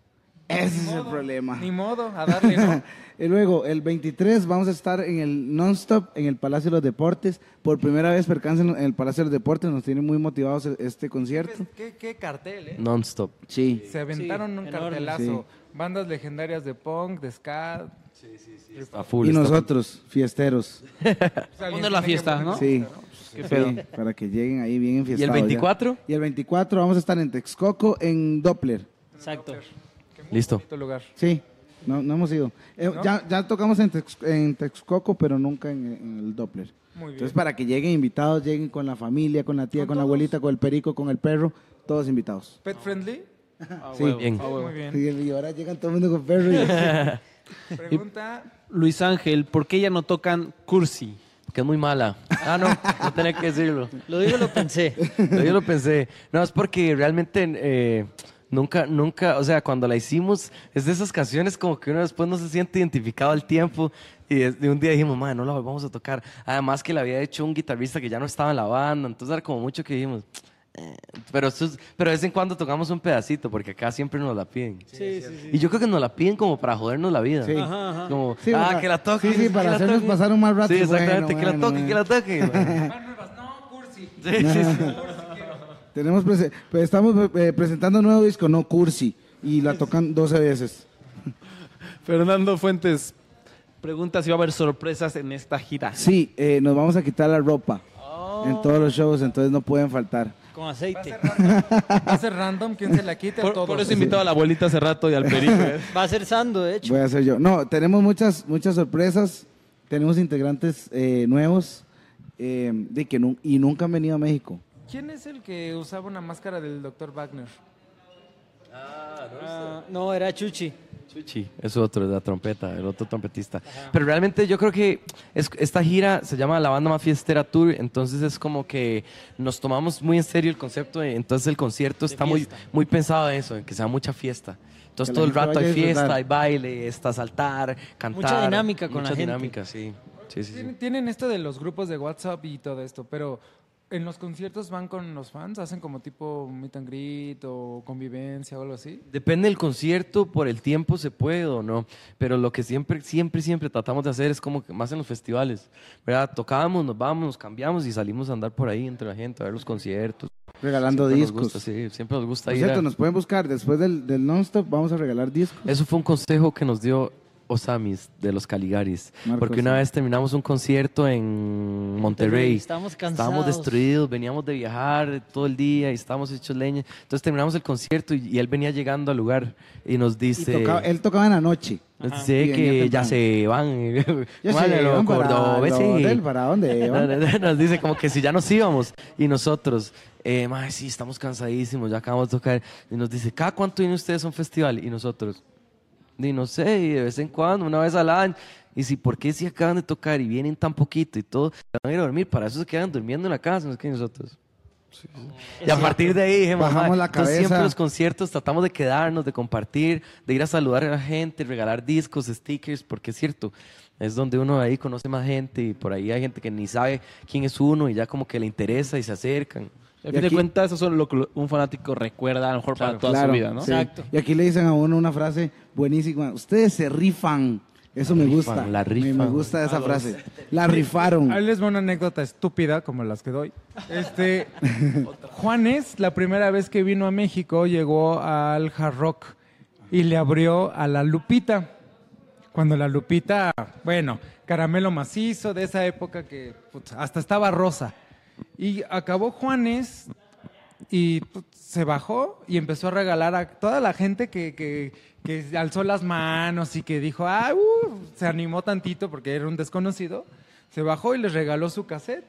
Ese es Ni el modo, problema. Ni modo, a darle, ¿no? Y luego, el veintitrés vamos a estar en el Non-Stop, en el Palacio de los Deportes. Por primera vez, percance en el Palacio de los Deportes. Nos tiene muy motivados este concierto. ¿Qué, qué cartel, eh? Non-stop. Sí. Se aventaron Sí, un enorme. cartelazo. Sí. Bandas legendarias de punk, de ska. A full. Y está nosotros, fiesteros. O sea, alguien Poner la tiene que fiesta, poner ¿no? Sí. Qué Sí, pedo. para que lleguen ahí bien full. ¿Y enfiestados. el ya. veinticuatro? Y el veinticuatro vamos a estar en Texcoco, en Doppler. Exacto. Qué muy Listo. bonito lugar. Sí, no, no hemos ido. Eh, ¿No? ya, ya tocamos en, Tex- en Texcoco, pero nunca en, en el Doppler. Muy bien. Entonces, para que lleguen invitados, lleguen con la familia, con la tía, ¿Con con la todos? abuelita, con el perico, con el perro, todos invitados. Pet friendly. Ah, Sí. huevo, Bien. ah, huevo. Muy bien. Sí, y ahora llegan todo el mundo con perro. y- Pregunta. Luis Ángel, ¿por qué ya no tocan Cursi? Que es muy mala. Ah, no, no tenía que decirlo. Lo digo, lo pensé. Yo lo pensé. No, es porque realmente eh, nunca, nunca, o sea, cuando la hicimos, es de esas canciones como que uno después no se siente identificado al tiempo. Y de, de un día dijimos, madre, no la volvamos a tocar. Además que la había hecho un guitarrista que ya no estaba en la banda. Entonces era como mucho que dijimos. eh, Pero, esto es- pero de vez en cuando tocamos un pedacito, porque acá siempre nos la piden. Sí, sí, sí. Y yo creo que nos la piden como para jodernos la vida. Sí. Ajá, ajá. Como, Sí, ah, para- que la toquen. sí, sí, para que la hacernos toquen. pasar un mal rato. Sí, exactamente, Bueno, que la bueno, toquen, que bueno. la toquen. Más nuevas. No, cursi. Sí, sí, sí. Tenemos prese- pues, estamos eh, presentando un nuevo disco, no Cursi, y la tocan doce veces. Fernando Fuentes pregunta si va a haber sorpresas en esta gira. Sí, eh, nos vamos a quitar la ropa Oh. en todos los shows, entonces no pueden faltar. Con aceite. Va a ser random. ¿Quién se la quita? Por, Todos. por eso he invitado a la abuelita hace rato y al perico. ¿eh? Va a ser Sando, de hecho. Voy a hacer yo. No, tenemos muchas, muchas sorpresas. Tenemos integrantes eh, nuevos eh, de que nu- y nunca han venido a México. ¿Quién es el que usaba una máscara del doctor Wagner? Ah, no, era Chuchi. Chuchi, es otro, de la trompeta, el otro trompetista. Pero realmente yo creo que es- esta gira se llama La Banda Más Fiestera Tour, entonces es como que nos tomamos muy en serio el concepto, de- entonces el concierto está muy, fiesta. muy pensado en eso, en que sea mucha fiesta. Entonces Que la todo el gente rato vaya hay a disfrutar. fiesta, hay baile, está saltar, cantar. Mucha dinámica con mucha la gente. dinámica, sí. Sí, sí, sí. Tienen, tienen esto de los grupos de WhatsApp y todo esto, pero en los conciertos van con los fans, hacen como tipo meet and greet o convivencia o algo así. Depende del concierto, por el tiempo se puede o no, pero lo que siempre, siempre, siempre tratamos de hacer es como que más en los festivales, ¿verdad? Tocábamos, nos vamos, nos cambiamos y salimos a andar por ahí entre la gente, a ver los conciertos. Regalando Siempre nos discos. gusta, sí, siempre nos gusta Por ir a- cierto, nos pueden buscar después del, del Non-Stop, vamos a regalar discos. Eso fue un consejo que nos dio Osamis de los Caligaris, Marcos, porque una sí. vez terminamos un concierto en Monterrey. Estábamos cansados. Estábamos destruidos, veníamos de viajar todo el día y estábamos hechos leña. Entonces terminamos el concierto y, y él venía llegando al lugar y nos Y dice, tocaba- él tocaba en la noche. nos Ajá. dice Y venía que ya temprano. se van. Ya Vale, sé, lo van para acordó, el sí. hotel, ¿para dónde van? Nos dice como que si ya nos íbamos y nosotros, eh, "Mae, sí, estamos cansadísimos, ya acabamos de tocar. Y nos dice, ¿cada cuánto vienen ustedes a un festival? Y nosotros, y no sé, y de vez en cuando, una vez al año. Y si, ¿por qué si acaban de tocar y vienen tan poquito y todo? Se van a ir a dormir, para eso se quedan durmiendo en la casa, no es que nosotros. Y a partir de ahí dijimos, Bajamos "Mae, la entonces cabeza". siempre los conciertos tratamos de quedarnos, de compartir, de ir a saludar a la gente, regalar discos, stickers, porque es cierto, es donde uno ahí conoce más gente y por ahí hay gente que ni sabe quién es uno y ya como que le interesa y se acercan. Al Y fin de aquí- cuentas, eso es lo que un fanático recuerda a lo mejor para toda Claro, su vida, ¿no? sí. Exacto. Y aquí le dicen a uno una frase buenísima. Ustedes se rifan. Eso me rifan, gusta. la Me- Me, rifan. gusta esa frase. La rifaron. Ahí les va una anécdota estúpida como las que doy. Este, Juanes, la primera vez que vino a México, llegó al Hard Rock y le abrió a la Lupita. Cuando la Lupita, bueno, caramelo macizo de esa época que putz, hasta estaba rosa. Y acabó Juanes y putz, se bajó y empezó a regalar a toda la gente que, que, que alzó las manos y que dijo, ah, uh", se animó tantito porque era un desconocido. Se bajó y les regaló su cassette.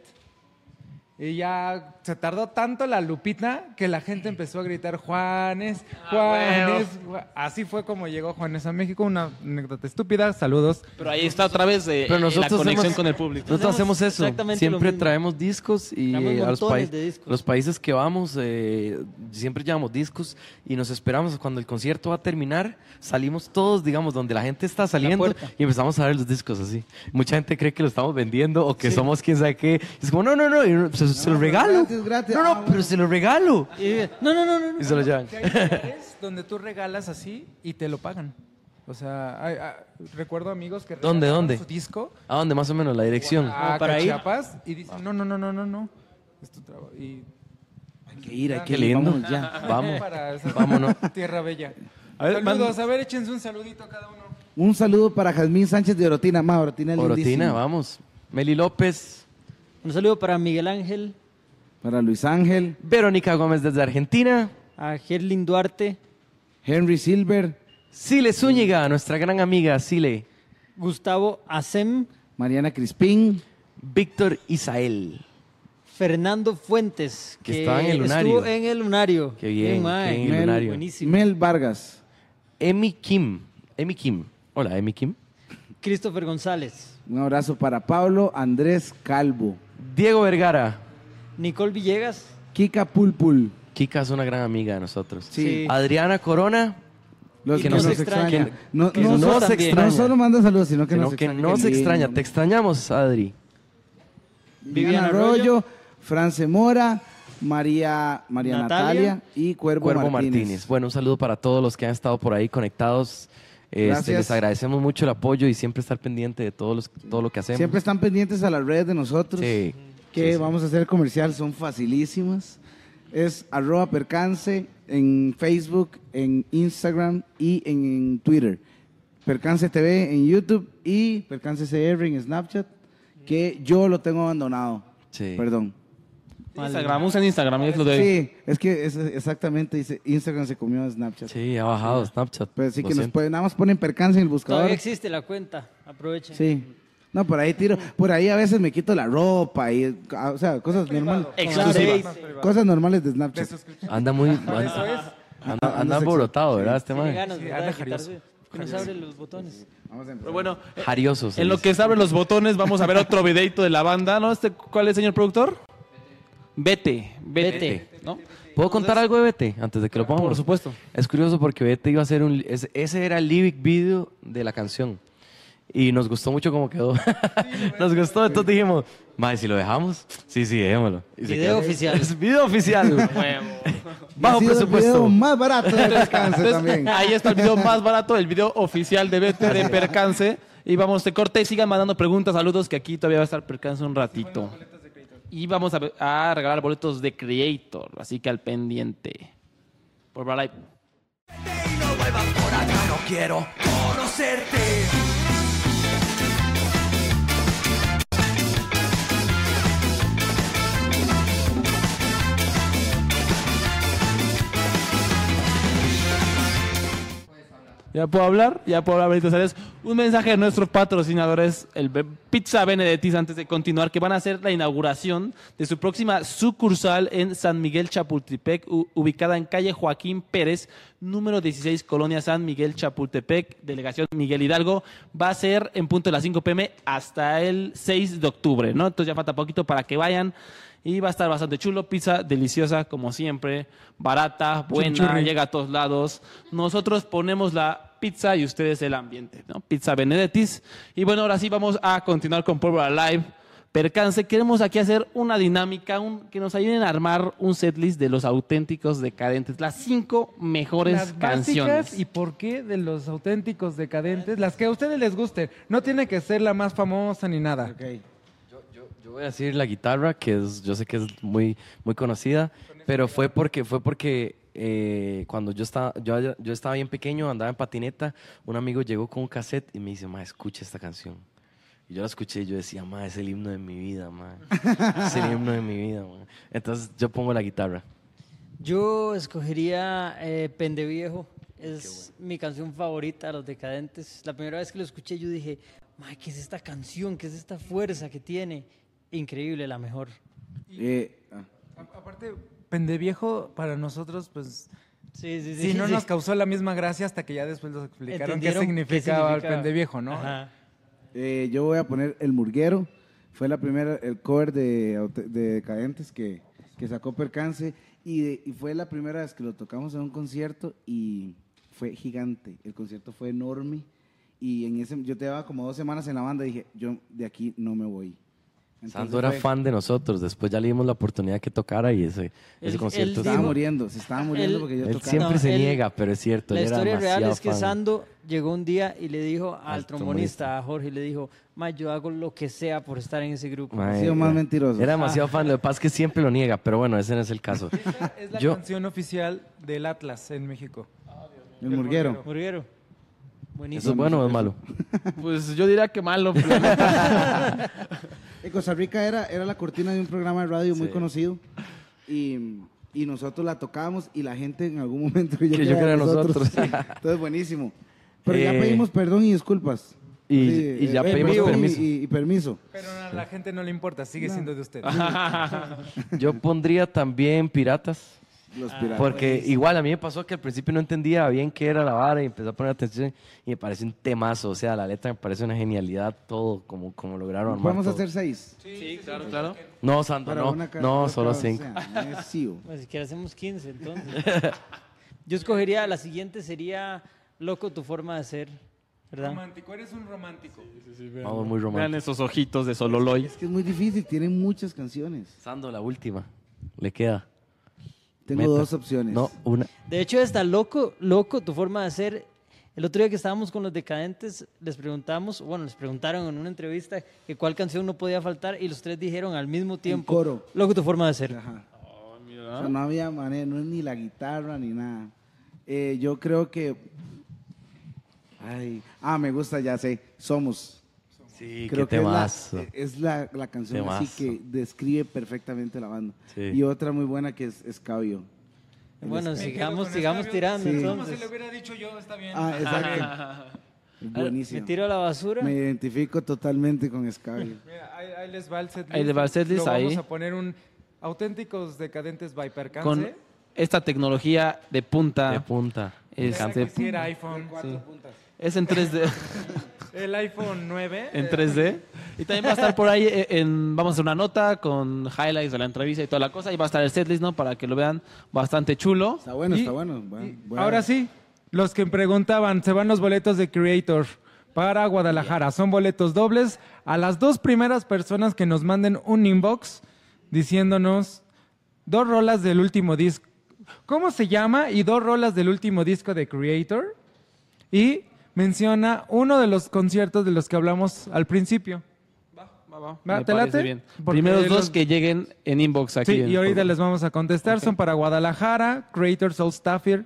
Y ya se tardó tanto la Lupita que la gente empezó a gritar Juanes, Juanes. Ju-". Así fue como llegó Juanes a México. Una anécdota estúpida. Saludos. Pero ahí está otra vez eh, Pero la nosotros conexión hemos- con el público. Nosotros hacemos Hacemos eso. exactamente lo Siempre mismo. traemos discos y Traemos eh, a los, montones paí- de discos. los países que vamos eh, siempre llevamos discos y nos esperamos cuando el concierto va a terminar. Salimos todos, digamos, donde la gente está saliendo puerta. y empezamos a ver los discos así. Mucha gente cree que lo estamos vendiendo o que somos quién sabe qué. Es como, no, no, no. Y se se lo regalo. gratis, gratis. No, Ah, no, bueno. pero se lo regalo. Y, no, no, no, no. no. Y se lo llevan. Que hay lugares donde tú regalas así y te lo pagan. O sea, hay- hay- recuerdo amigos que ¿Dónde, regalaron dónde? su disco ¿A dónde más o menos? La dirección. a para ir. Chiapas y dicen, no, no, no, no, no, no. Es tu trabajo. Y Hay que ir, hay que Qué ir. lindo. Vámonos ya. Vamos. para esa Vámonos. tierra bella. A ver, Saludos, man- a ver, échense un saludito a cada uno. Un saludo para Jazmín Sánchez de Orotina. Ma, Orotina es Orotina, lindísimo. vamos. Meli López. Un saludo para Miguel Ángel, Para Luis Ángel, Verónica Gómez desde Argentina. a Gerlin Duarte, Henry Silver, Sile Zúñiga, nuestra gran amiga Sile. Gustavo Acem, Mariana Crispín, Víctor Isael. Fernando Fuentes, Que que, estaba en el lunario. estuvo en el lunario. Qué bien, mae. qué bien, Mel- lunario. Buenísimo. Mel Vargas, Emi Kim. Emi Kim. Hola, Emi Kim. Christopher González, un abrazo para Pablo Andrés Calvo, Diego Vergara. Nicole Villegas, Kika Pulpul, Kika es una gran amiga de nosotros. Sí. Adriana Corona. los Y que nos nos extraña. extrañan. Que- No, que no nos solo- extraña. no solo manda saludos, sino que Sino nos que extraña. no Qué se extraña. lindo. Te extrañamos, Adri. Viviana Viviana Arroyo, Arroyo, France Mora, María, María Natalia, Natalia y Cuervo, Cuervo Martínez. Martínez. Bueno, un saludo para todos los que han estado por ahí conectados. Este, Gracias. les agradecemos mucho el apoyo y siempre estar pendiente de todos los, todo lo que hacemos. Siempre están pendientes a las redes de nosotros. Sí. Que Sí, sí. vamos a hacer comercial, son facilísimas. Es arroba percance en Facebook, en Instagram y en, en Twitter. Percance T V en YouTube y Percance C R en Snapchat, que yo lo tengo abandonado. Sí. Perdón. Instagram, usa en Instagram, es lo de... Sí, es que es exactamente dice Instagram se comió a Snapchat. Sí, ha bajado Snapchat. Pero sí Lo que nos siento. pueden, nada más ponen Percance en el buscador. todavía existe la cuenta, aprovechen. Sí. No, por ahí tiro, por ahí a veces me quito la ropa y, o sea, cosas normales. Exclusivas. Cosas normales de Snapchat. Anda muy... Anda, anda, anda alborotado, ¿verdad? Este Tiene man. ganas, Sí, ¿verdad? anda de quitarse- jarioso. que nos abre los botones. Vamos a empezar. Pero bueno, eh, Jarioso. se en lo dice. que se abren los botones, vamos a ver otro videito de la banda, ¿no? Este, ¿cuál es, señor productor? Vete, vete, Vete. ¿no? ¿Puedo contar algo de Bete antes de que lo pongamos? Por supuesto. Es curioso porque Bete iba a hacer un... ese- Ese era el lyric video de la canción. Y nos gustó mucho cómo quedó. Nos gustó, entonces dijimos, mae, si lo dejamos, sí, sí, dejémoslo. Y se Video quedó. oficial. Es video oficial. Y Bajo ha sido el presupuesto. video más barato de Percance Entonces, también. ahí está el video más barato, el video oficial de Vete de Percance. Y vamos de corte, sigan mandando preguntas, saludos, que aquí todavía va a estar Percance un ratito. Y vamos a, a regalar boletos de Creator, así que al pendiente. Por Live. Y no vuelvas por acá, no quiero conocerte. Ya puedo hablar, ya puedo hablar, Benito Sales. Un mensaje de nuestros patrocinadores, el Be- Pizza Benedettis, antes de continuar, que van a hacer la inauguración de su próxima sucursal en San Miguel Chapultepec, u- ubicada en calle Joaquín Pérez, número dieciséis, Colonia San Miguel Chapultepec, delegación Miguel Hidalgo. Va a ser en punto de las cinco pm hasta el seis de octubre, ¿no? Entonces ya falta poquito para que vayan. Y va a estar bastante chulo, pizza deliciosa como siempre, barata, buena, Chimichurri. llega a todos lados. Nosotros ponemos la pizza y ustedes el ambiente, ¿no? Pizza Benedettis. Y bueno, ahora sí vamos a continuar con Pólvora Live. Percance, queremos aquí hacer una dinámica, un- que nos ayuden a armar un setlist de los auténticos decadentes, las cinco mejores Las canciones. básicas y por qué de los auténticos decadentes, las que a ustedes les gusten. No tiene que ser la más famosa ni nada. Yo voy a decir la guitarra, que es, yo sé que es muy, muy conocida, pero fue porque, fue porque eh, cuando yo estaba, yo, yo estaba bien pequeño, andaba en patineta, un amigo llegó con un cassette y me dice, ma, escucha esta canción. Y yo la escuché y yo decía, ma, es el himno de mi vida, ma. Es el himno de mi vida, ma. Entonces yo pongo la guitarra. Yo escogería eh, Pende Viejo. Es mi canción favorita de Los Decadentes. La primera vez que lo escuché yo dije, "Mae, ¿qué es esta canción? ¿Qué es esta fuerza que tiene? Increíble, la mejor". Eh, ah. A- Aparte, Pendeviejo para nosotros, pues, Sí, sí, sí, sí. no sí. nos causó la misma gracia hasta que ya después nos explicaron qué Entendieron significaba, qué el Pendeviejo, ¿no? Ajá. Eh, yo voy a poner El Murguero. Fue la primera, el cover de, Aute- de Decadentes que, que sacó Percance. Y, de- y fue la primera vez que lo tocamos en un concierto y fue gigante. El concierto fue enorme. Y en ese, yo llevaba como dos semanas en la banda y dije, yo de aquí no me voy. Entonces Sando era fue- fan de nosotros, después ya le dimos la oportunidad que tocara y ese, ese Él- concierto él Se estuvo- estaba muriendo, se estaba muriendo él- porque yo Él tocaba. siempre No, se él- niega, pero es cierto. La él era historia real demasiado es que fan. Sando llegó un día y le dijo al, Al trombonista, a Jorge, le dijo, ma, yo hago lo que sea por estar en ese grupo. Mae, Ha sido más era- mentiroso. Era demasiado fan, lo que pasa es que siempre lo niega, pero bueno, ese no es el caso. Es la Yo- canción oficial del Atlas en México. El murguero. Murguero. ¿Eso Buenísimo. es bueno o es malo? Pues yo diría que malo. pero- En Costa Rica era, era la cortina de un programa de radio muy Sí. conocido y, y nosotros la tocábamos y la gente en algún momento creyó Creyó que era nosotros. Entonces, buenísimo. Pero ya Eh, pedimos perdón y disculpas. y- Sí, y ya eh, pedimos perdón y- permiso. Y, y permiso. Pero a la gente no le importa, sigue siendo de usted. Yo pondría también Piratas. Los piratas. Porque igual a mí me pasó que al principio no entendía bien qué era la vara y empecé a poner atención y me parece un temazo, o sea, la letra me parece una genialidad, todo como, como lograron armar Podemos todo. hacer seis. Sí, claro, claro. No, Sando, Para no, una ca- no, para solo cada- cinco. o sea, necio. Pues si quieres hacemos quince, entonces. Yo escogería, la siguiente sería Loco tu forma de ser, ¿verdad? Romántico, eres un romántico. Vamos muy Vean romántico. esos ojitos de Sololoy. Es que es muy difícil, tienen muchas canciones. Sando, la última, le queda. Tengo Meta. dos opciones. No, una. De hecho, está loco, loco tu forma de ser. El otro día que estábamos con los Decadentes, les preguntamos, bueno, les preguntaron en una entrevista que cuál canción no podía faltar y los tres dijeron al mismo tiempo, coro. loco tu forma de ser. Ajá. O sea, no había manera, no es ni la guitarra ni nada. Eh, yo creo que. Ay, ah, me gusta, ya sé. Somos. Sí, Creo qué que es la, temazo. es la, la canción así Temazo. que describe perfectamente la banda. Sí. Y otra muy buena que es Escabio. Bueno, Me quedo sigamos, con sigamos Escabio. tirando Sí. Como entonces. si le hubiera dicho yo, está bien. Ah, exacto. Me Buenísimo. tiro a la basura. Me identifico totalmente con Escabio. Mira, ahí, ahí les va el setlist. Ahí les va el setlist, Lo ahí. Vamos a poner un auténticos decadentes by Percance. Con esta tecnología de punta. De punta. Es, Ya quisiera iPhone. es en tres D. El iPhone nueve. En eh, tres D. Y también va a estar por ahí, eh, en, vamos a hacer una nota con highlights de la entrevista y toda la cosa. Y va a estar el setlist, ¿no? Para que lo vean bastante chulo. Está bueno, Y- está bueno. Bueno, y bueno. ahora sí, los que preguntaban, se van los boletos de Creator para Guadalajara. Son boletos dobles. A las dos primeras personas que nos manden un inbox diciéndonos dos rolas del último disco. ¿Cómo se llama? Y dos rolas del último disco de Creator. Y menciona uno de los conciertos de los que hablamos al principio. ¿Va, Me te parece late? bien. Porque Primeros dos los- que lleguen en inbox aquí. Sí, en y el ahorita programa. les vamos a contestar. Son para Guadalajara, Creator, Soul Stafford.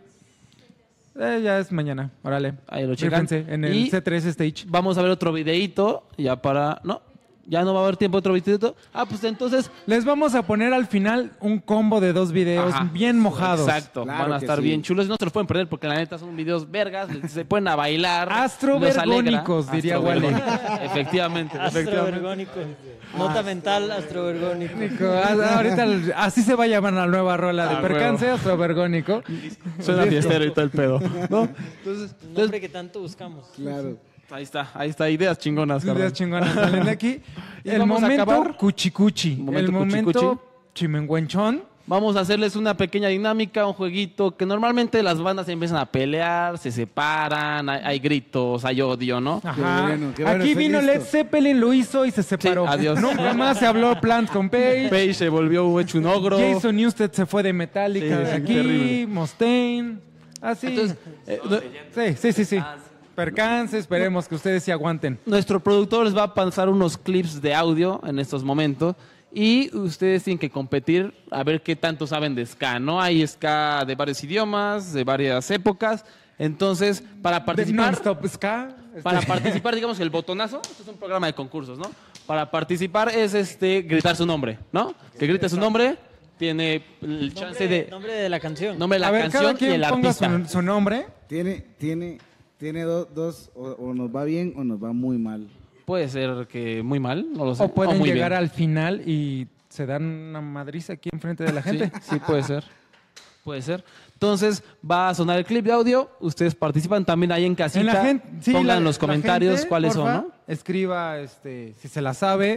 Eh, ya es mañana, órale. Ahí lo checan. Rífense en el Y- C tres Stage. Vamos a ver otro videíto ya para... No, ya no va a haber tiempo de otro videíto. Ah, pues entonces... Les vamos a poner al final un combo de dos videos Ajá. bien mojados. Exacto, Claro van a que estar sí. bien chulos. No se los pueden perder porque la neta son videos vergas. Se pueden a bailar. Astrovergónicos, los alegra. diría Wally. Astrovergónicos. Efectivamente, efectivamente. Astrovergónico. Nota mental, astrovergónico. Ah, Ahorita el- así se va a llamar la nueva rola de Ah, Percance, huevo. Astrovergónico. Suena fiestero y todo el pedo. ¿No? Entonces, Un nombre que tanto buscamos. Claro. ahí está, ahí está. Ideas chingonas, Ideas carnal. chingonas salen de aquí. Y El vamos a momento acabar. cuchicuchi. Momento El momento cuchicuchi. chimenguenchón. Vamos a hacerles una pequeña dinámica, un jueguito que normalmente las bandas empiezan a pelear, se separan, hay, hay gritos, hay odio, ¿no? Ajá. bueno, qué bueno, Aquí estoy vino listo. Led Zeppelin, lo hizo y se separó. Sí, adiós. Nunca más se habló Plants con Page. Page se volvió hecho un ogro. Jason Newsted se fue de Metallica Sí, de sí, aquí. terrible. Mustaine. Así. Entonces, eh, no- sí, sí, sí, sí. Percance, esperemos que ustedes sí aguanten. nuestro productor les va a pasar unos clips de audio en estos momentos y ustedes tienen que competir a ver qué tanto saben de ska, ¿no? Hay ska de varios idiomas, de varias épocas. Entonces, para De participar... Non-Stop Ska. este, Para participar, digamos que el botonazo, esto es un programa de concursos, ¿no? Para participar es este gritar su nombre, ¿no? Que grite su nombre, tiene el chance Nombre, de nombre de la canción. nombre de la a ver, canción cada y quien el ponga artista. su, su nombre. Tiene, tiene, tiene do- dos, o, o nos va bien o nos va muy mal. Puede ser que muy mal, no lo sé. O pueden muy llegar bien. al final y se dan una madriza aquí enfrente de la gente. Sí, sí, puede ser. Puede ser. Entonces, va a sonar el clip de audio. Ustedes participan también ahí en casita. En la gente, sí, Pongan la- en los la comentarios gente, cuáles porfa, son, ¿no? Escriba este, si se la sabe.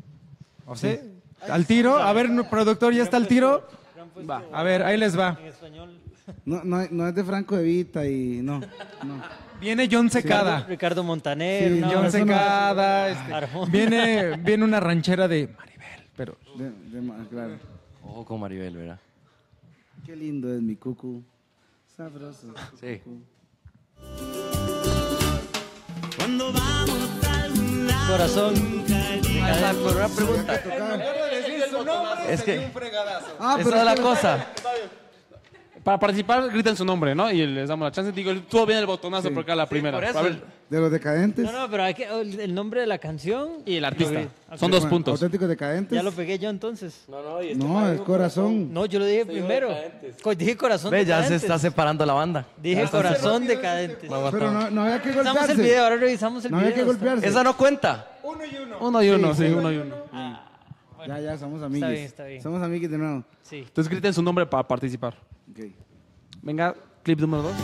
O sea, al tiro. A ver, no, productor, ¿ya está al tiro? Va. A ver, ahí les va. En español. No, no, no es de Franco de Vita y no. no. Viene John Secada. Ricardo Montaner. Sí, una John eso no- Secada. este, Arjona. viene, viene una ranchera de Maribel, pero De- de ma- claro. Ojo con Maribel, ¿verdad? Qué lindo es mi cucu. Sabroso. Sí. Corazón. Por una pregunta. Es que Ah, esa es la cosa. Para participar, griten su nombre, ¿no? Y les damos la chance. Digo, tuvo bien el botonazo Sí. por acá la primera. por eso. A ver, De los decadentes. No, no, pero hay que, el el nombre de la canción. y el artista. Ok. Son dos Bueno, puntos. Auténticos decadentes. Ya lo pegué yo entonces. No, no, y No, es corazón. No, yo lo dije primero. Co- Dije corazón Ve, ya se decadentes. está separando la banda. Dije corazón decadentes. Pero no, no había que Revisamos el golpearse. video, ahora revisamos el No video. había que golpearse. Esa no cuenta. Uno y uno, sí, uno y uno. Ya, ya, somos amigos. bien, está bien. Somos amigos de nuevo. Sí. Entonces griten su nombre para participar. Ok. Venga, clip número dos.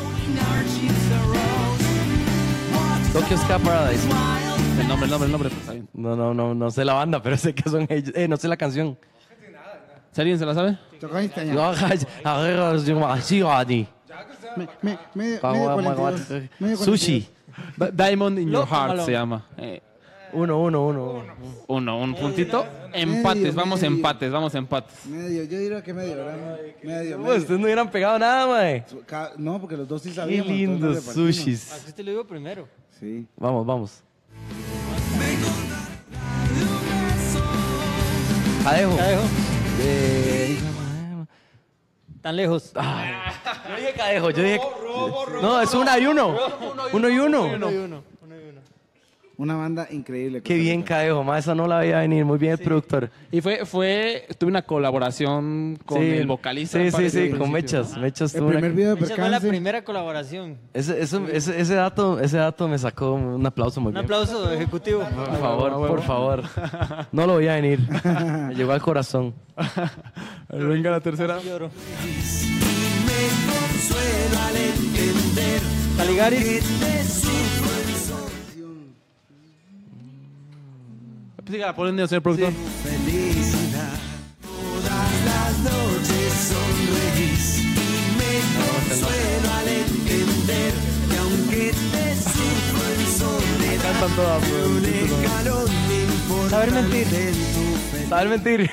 Tokyo Ska Paradise. El nombre, el nombre, el nombre. Pues, está bien. No, no, no, no sé la banda, pero sé que son ellos. Eh, no sé la canción. ¿Si alguien se la sabe? Tocó Instagram. Me- me- medio- medio cuarenta y dos. Medio cuarenta y dos. Sushi. Da- Diamond in Your Loco, Heart Malone. se llama. Eh, Uno, uno, uno. uno, un puntito. Empates, Medio, vamos medio. empates, vamos empates. Medio, yo diría que medio, ¿verdad? Medio, Pues, medio. ustedes no hubieran pegado nada, mae. Ca- No, porque los dos sí Qué sabíamos. lindos entonces repartimos. sushis. Aquí te lo digo primero. Sí. Vamos, vamos. Cadejo. Cadejo. Eh, Tan lejos. Yo dije Cadejo, yo dije. No, es una y uno. Uno y uno. Uno y uno. Una banda increíble. Qué bien Cadejo, ma, esa no la veía venir. Muy bien el productor. Y fue, fue, tuve una colaboración con Sí, el vocalista. Sí, me sí, parece, sí, al con principio. Mechas. Mechas El tuvo una- primer video de Esa fue la percance. primera colaboración. Ese, eso- ese, ese dato, ese dato me sacó un aplauso muy Un bien. aplauso ejecutivo. Por favor, por favor. No lo voy a venir. Me llegó al corazón. A ver, venga la tercera. Lloro. Caligaris. Siga poniendo, señor productor. Cantan todas. Saber mentir. Saber mentir.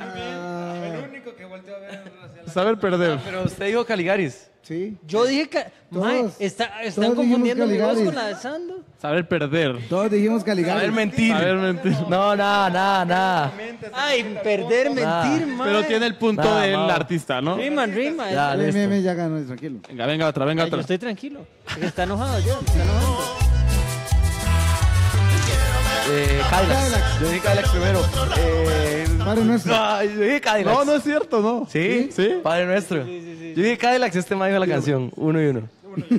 Saber perder. Pero usted dijo Caligaris. Sí. Yo dije que. Todos- Mae, está, están todos confundiendo mi dijimos voz con Caligaris. la de Sando. Saber perder. Todos dijimos Caligari. Saber mentir. Saber mentir. No, nada, nada, nada. Ay, perder, mentir, mae. Pero tiene el punto Nah, del Mau. artista, ¿no? Rima, rima. Ya, Me, me, listo. me, ya ganó, tranquilo. Venga, venga otra, venga Ay, yo otra. estoy tranquilo. Porque está enojado yo. Está enojado. Eh, Cadillacs. Yo dije Cadillacs primero. Eh, Padre nuestro. no, yo dije Cadillacs. No, no es cierto, no. ¿Sí? ¿Sí? Padre nuestro. Yo dije Cadillacs, este me dijo la canción. Uno y uno.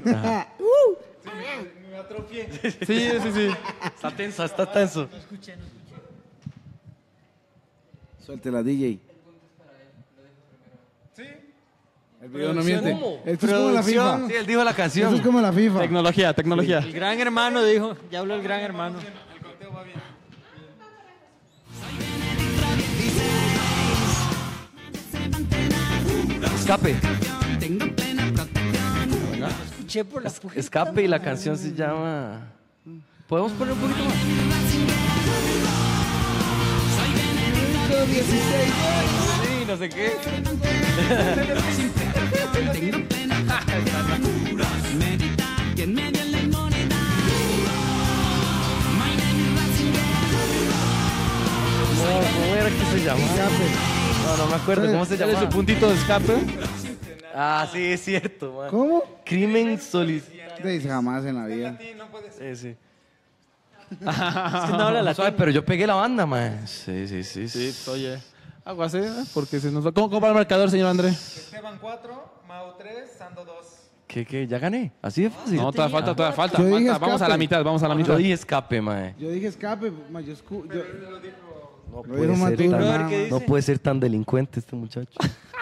Sí, sí, sí. Está tenso, está tenso. Suéltela, D J. Sí. El video no Producción. miente. ¿Cómo? Esto es como la FIFA. Producción. Sí, él dijo la Esto canción. es como la FIFA. Tecnología, tecnología. El gran hermano dijo. Ya habló el gran hermano. Escape. Escuché por la puja. Escape y la canción se llama. ¿Podemos poner un poquito más? Sí, no sé qué. No, ¿cómo era que se llamaba? No, no me acuerdo. ¿Cómo se ¿Cuál es llama? su puntito de escape? Ah, sí, es cierto, man. ¿Cómo? Crimen solicitud. Dice jamás en la vida. Sí, sí. Es que no habla la Suave, pero yo pegué la banda, man. Sí, sí, sí. Sí, oye. Algo así, ¿eh? Porque se nos va. ¿Cómo, cómo va el marcador, señor André? Esteban cuatro, Mau tres, Sando dos. ¿Qué, qué? ¿Ya gané? Así de fácil. No, todavía falta, todavía falta. Yo dije falta. Vamos a la escape. mitad, vamos a la Yo mitad. dije escape, man. Yo dije escape, ma, yo escu- yo- No Lo puede, dijo ser Maturo, tan, nada ¿qué más. no puede ser tan delincuente este muchacho.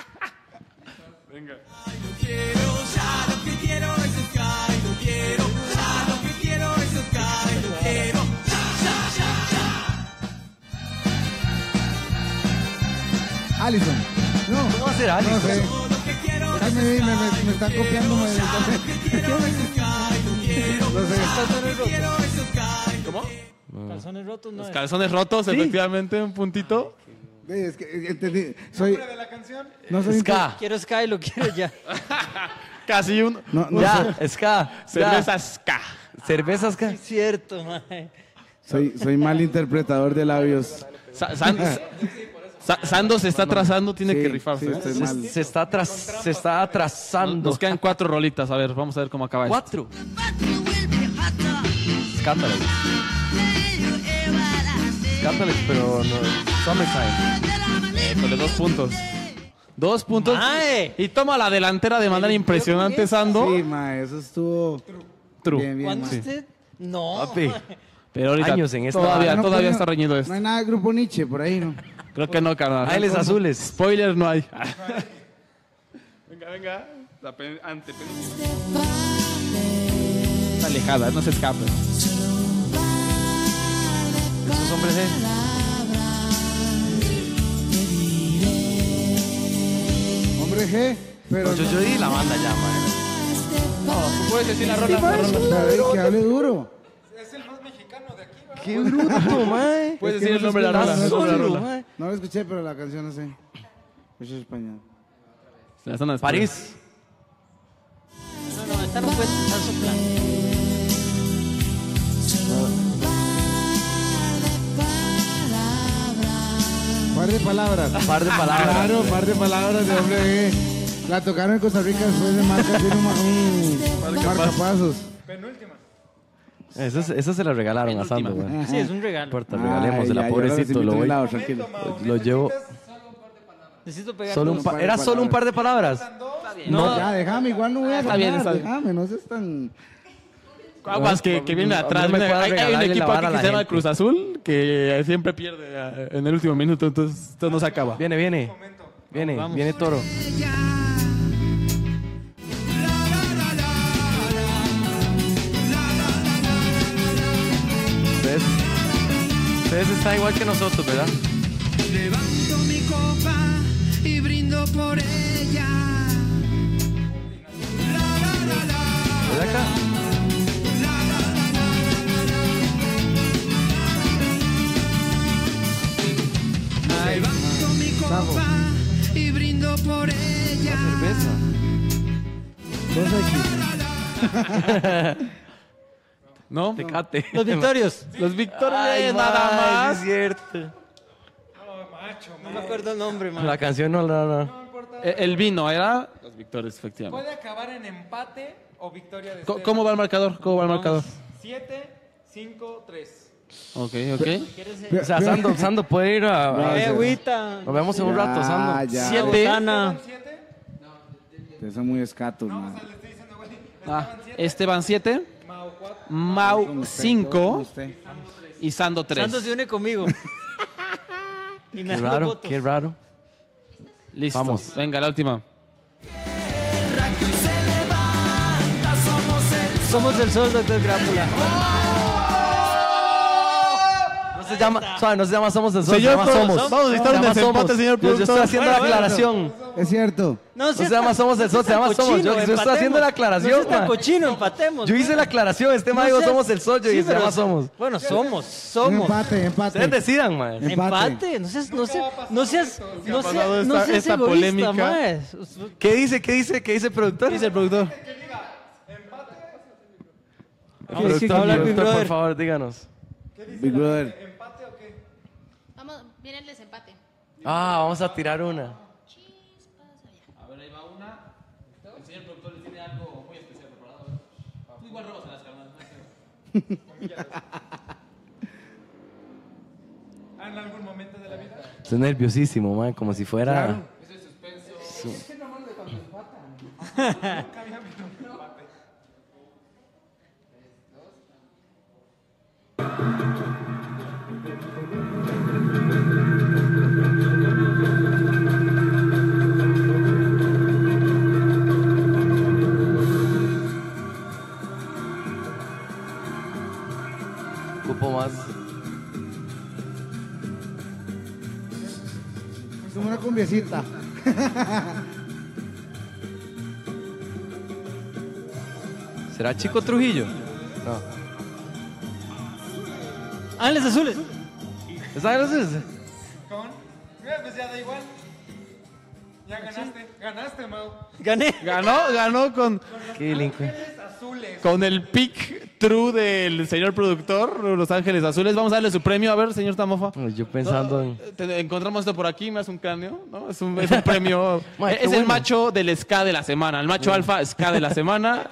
Allison. No. ¿Cómo va a ser No Allison? sé. Es que me, me, me, me están copiando. Me, me- No sé. Calzones rotos. ¿Cómo? Calzones rotos no Los es. calzones rotos, efectivamente, un puntito. Eh, Es que eh, entendí. Soy. ¿Nombre de la canción? No soy. Ska. Quiero Sky, lo quiero ya. Casi un... No, no Ya, soy, ska. Cerveza ska. Cerveza ska. Es cierto, mae. soy, soy mal interpretador de labios. Sa- San- Sa- Sando se está atrasando, tiene Sí, que rifarse. sí, ¿eh? estoy Se, mal. se está atras- se está atrasando. Nos quedan cuatro rolitas, a ver, vamos a ver cómo acaba esto. Cuatro. Scandalous. Scandalous, pero no. Summertime. École, dos puntos. Dos puntos. Mae. Y toma la delantera de manera impresionante, Sando. Sí, ma, eso estuvo. True. Bien, bien, ¿Cuándo ma. usted? No. Papi. mae. Pero ahorita Años en esta todavía, vara. No, todavía coño, está reñido esto. No hay nada de grupo Nietzsche por ahí, ¿no? Creo que no, carnal. Ángeles azules. Spoiler no hay. venga, venga. La pen- antepenúltima. Está alejada, no se escape. Esos hombres de. Hombre G, pero. Yo, yo di la banda ya, man. ¿Tú puedes decir la rola? Ma, ay, que hable duro. Es el más mexicano de aquí, ¿verdad? Qué bruto, man. Puedes Es que decir el no nombre de la se rola. escucha, el nombre de la Solo, rola. man. No lo escuché, pero la canción no sé. Eso es español. La zona de París. No, no, esta no puede estar soplando. Par de palabras. Par de palabras. Claro, par de palabras de hombre G. La tocaron en Costa Rica después de marca, tiene un, un marcapasos. Penúltima. Eso, eso se la regalaron a Sando, man. Sí, es un No regalo. importa, regalémosela, Ay, ya, yo pobrecito. recibí Lo, tu voy- helado, tranquilo. lo llevo. Necesito pegar Solo con- un pa- par de ¿Era solo un par de palabras? No, ya, déjame, igual no voy a Está ganar, bien, está bien. déjame, no seas tan... Aguas que, que viene A mí atrás. me Viene- puede hay, hay un regalarle la equipo vara aquí a que la se llama gente. Cruz Azul que siempre pierde eh, en el último minuto, entonces esto no se acaba. Viene, viene. Viene, Vamos. viene Toro. Ustedes, ustedes están igual que nosotros, ¿verdad? Levanto mi copa y brindo por ella. ¿Verdad acá? Levanto mi copa y brindo por ella. Cerveza. dos X. ¿No? Tecate. Los victorios. Los Victorios Ay, nada mae, sí más. es cierto. No me acuerdo el nombre, man. La canción no, no, no. Eh, El vino era los Victorios, efectivamente. Puede acabar en empate o victoria de Co- Esteban. ¿Cómo va el marcador? ¿Cómo va el marcador? siete, cinco, tres. Ok, ok. O sea, Sando, Sando puede ir a... a- Eh, agüita. Nos vemos en un rato, Ya, Sando. ya. Siete. Botana. ¿siete? Ustedes son muy escatos, man. Le estoy diciendo, güey. Ah, Esteban siete, Mao cuatro. Mau Con usted, cinco usted. y Sando tres. Santos se une conmigo. Y me Qué da los raro, votos. qué raro. Listo. Vamos. Venga, la última. Somos el sol, doctor Grápula. No se llama, suave, no se llama Somos el Sol, Señor se llama pro- Somos. vamos a necesitar Se un llama desempate, Somos. señor Yo, yo estoy productor. haciendo Bueno, la aclaración. Es cierto. No, No se llama Somos el Sol, se llama Somos. Yo, yo estoy haciendo la aclaración, No seas tan man. cochino, empatemos. Yo hice man. la aclaración, este man No dijo seas- Somos el Sol, yo Sí, dije se pero- llama Somos. Bueno, somos, Un somos. empate, empate. Ustedes decidan, man. Empate. Empate, no seas, no seas, no seas, no ha pasado seas, no esta- seas esta egoísta, polémica? mae. ¿Qué dice, qué dice, qué dice el productor? Dice el productor. El ¿Qué dice que productor, habla el Big productor, por Brother? favor, díganos. Big Brother. ¿Empate o qué? Vamos, viene el desempate. Ah, vamos a tirar una. A ver, ahí va una. El señor productor le tiene algo muy especial preparado. Tú igual robas a las carnas. Ah, ¿en algún momento de la vida? Estoy nerviosísimo, man, como si fuera... Claro. Ocupo más. Es como una cumbiecita. ¿Será Chico Trujillo? No. Ángeles Azules. ¿Es Ángeles Azules? Con. Pues ya da igual. Ya ganaste. Ganaste, Mau. Gané. Ganó, ganó con, Qué delincuente. Azules. con el pick true del señor productor, Los Ángeles Azules. Vamos a darle su premio. A ver, señor Tamofa. Yo pensando en... Te- encontramos esto por aquí, me hace un cráneo, ¿no? Es un, es un premio. Ma, es qué el bueno. macho del ska de la semana. El macho alfa ska de la semana.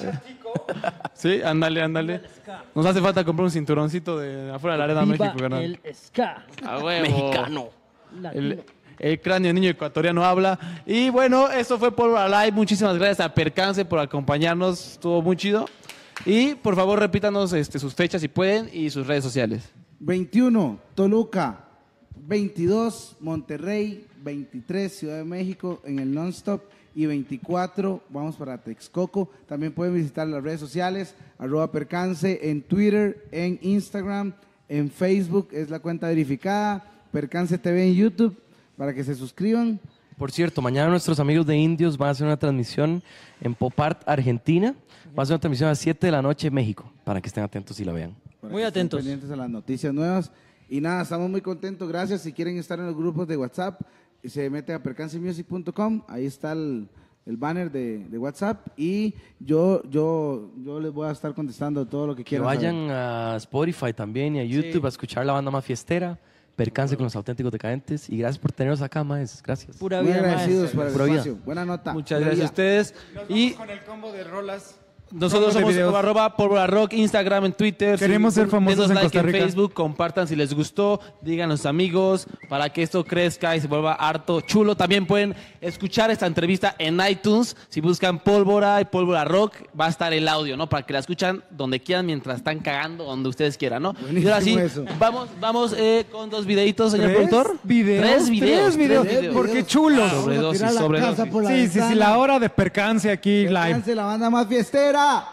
Sí, ándale, ándale. Nos hace falta comprar un cinturoncito de afuera de la Arena Viva México, carnal. el ska. A huevo. Mexicano. El, el cráneo niño ecuatoriano habla. Y bueno, eso fue Pólvora Live. Muchísimas gracias a Percance por acompañarnos. Estuvo muy chido. Y por favor, repítanos este, sus fechas si pueden y sus redes sociales. veintiuno, Toluca. veintidós, Monterrey. veintitrés, Ciudad de México en el Nonstop. Y veinticuatro, vamos para Texcoco. También pueden visitar las redes sociales, arroba Percance, en Twitter, en Instagram, en Facebook, es la cuenta verificada. Percance T V en YouTube, para que se suscriban. Por cierto, mañana nuestros amigos de Indios van a hacer una transmisión en Pop Art, Argentina. Va a ser una transmisión a las siete de la noche en México, para que estén atentos y la vean. Para Muy que estén atentos. pendientes a las noticias nuevas. Y nada, estamos muy contentos. Gracias. Si quieren estar en los grupos de WhatsApp, se meten a percance music punto com. Ahí está el, el banner de, de WhatsApp. Y yo, yo, yo les voy a estar contestando todo lo que Que quieran. vayan a Spotify también y a YouTube a escuchar la banda más fiestera, Percance con los auténticos decadentes. Y gracias por tenernos acá, maes. Gracias. Pura Muy vida, agradecidos maestro. por el Pura vida. espacio. Buena nota. Muchas Pura gracias a vida. ustedes. Nos Y vamos con el combo de rolas. nosotros Promos de somos videos. arroba Pólvora Rock, Instagram, en Twitter. Queremos ser famosos denos en like Costa Rica. en Facebook, compartan si les gustó, digan a sus amigos para que esto crezca y se vuelva harto chulo. También pueden escuchar esta entrevista en iTunes. Si buscan Pólvora y Pólvora Rock, va a estar el audio, ¿no? Para que la escuchan donde quieran, mientras están cagando, donde ustedes quieran, ¿no? Y ahora sí, Buenísimo eso. vamos, vamos eh, con dos videitos, señor ¿Tres productor. videos? Tres videos. Tres videos. tres videos. Porque chulos. Sobre Vamos a dosis, tirar la sobre casa dosis. por la Sí, sí, sí, ventana. la hora de Percance aquí live. Percance, la banda más fiestera.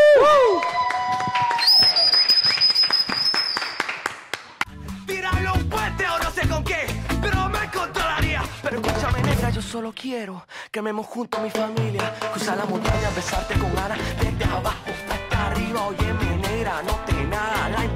Tirarle un puente o no sé con qué, pero me controlaría. Pero escúchame, negra, yo solo quiero que me junto a mi familia. Cruzar la montaña, besarte con ganas, desde abajo hasta arriba. Oye, mi negra, no te nada la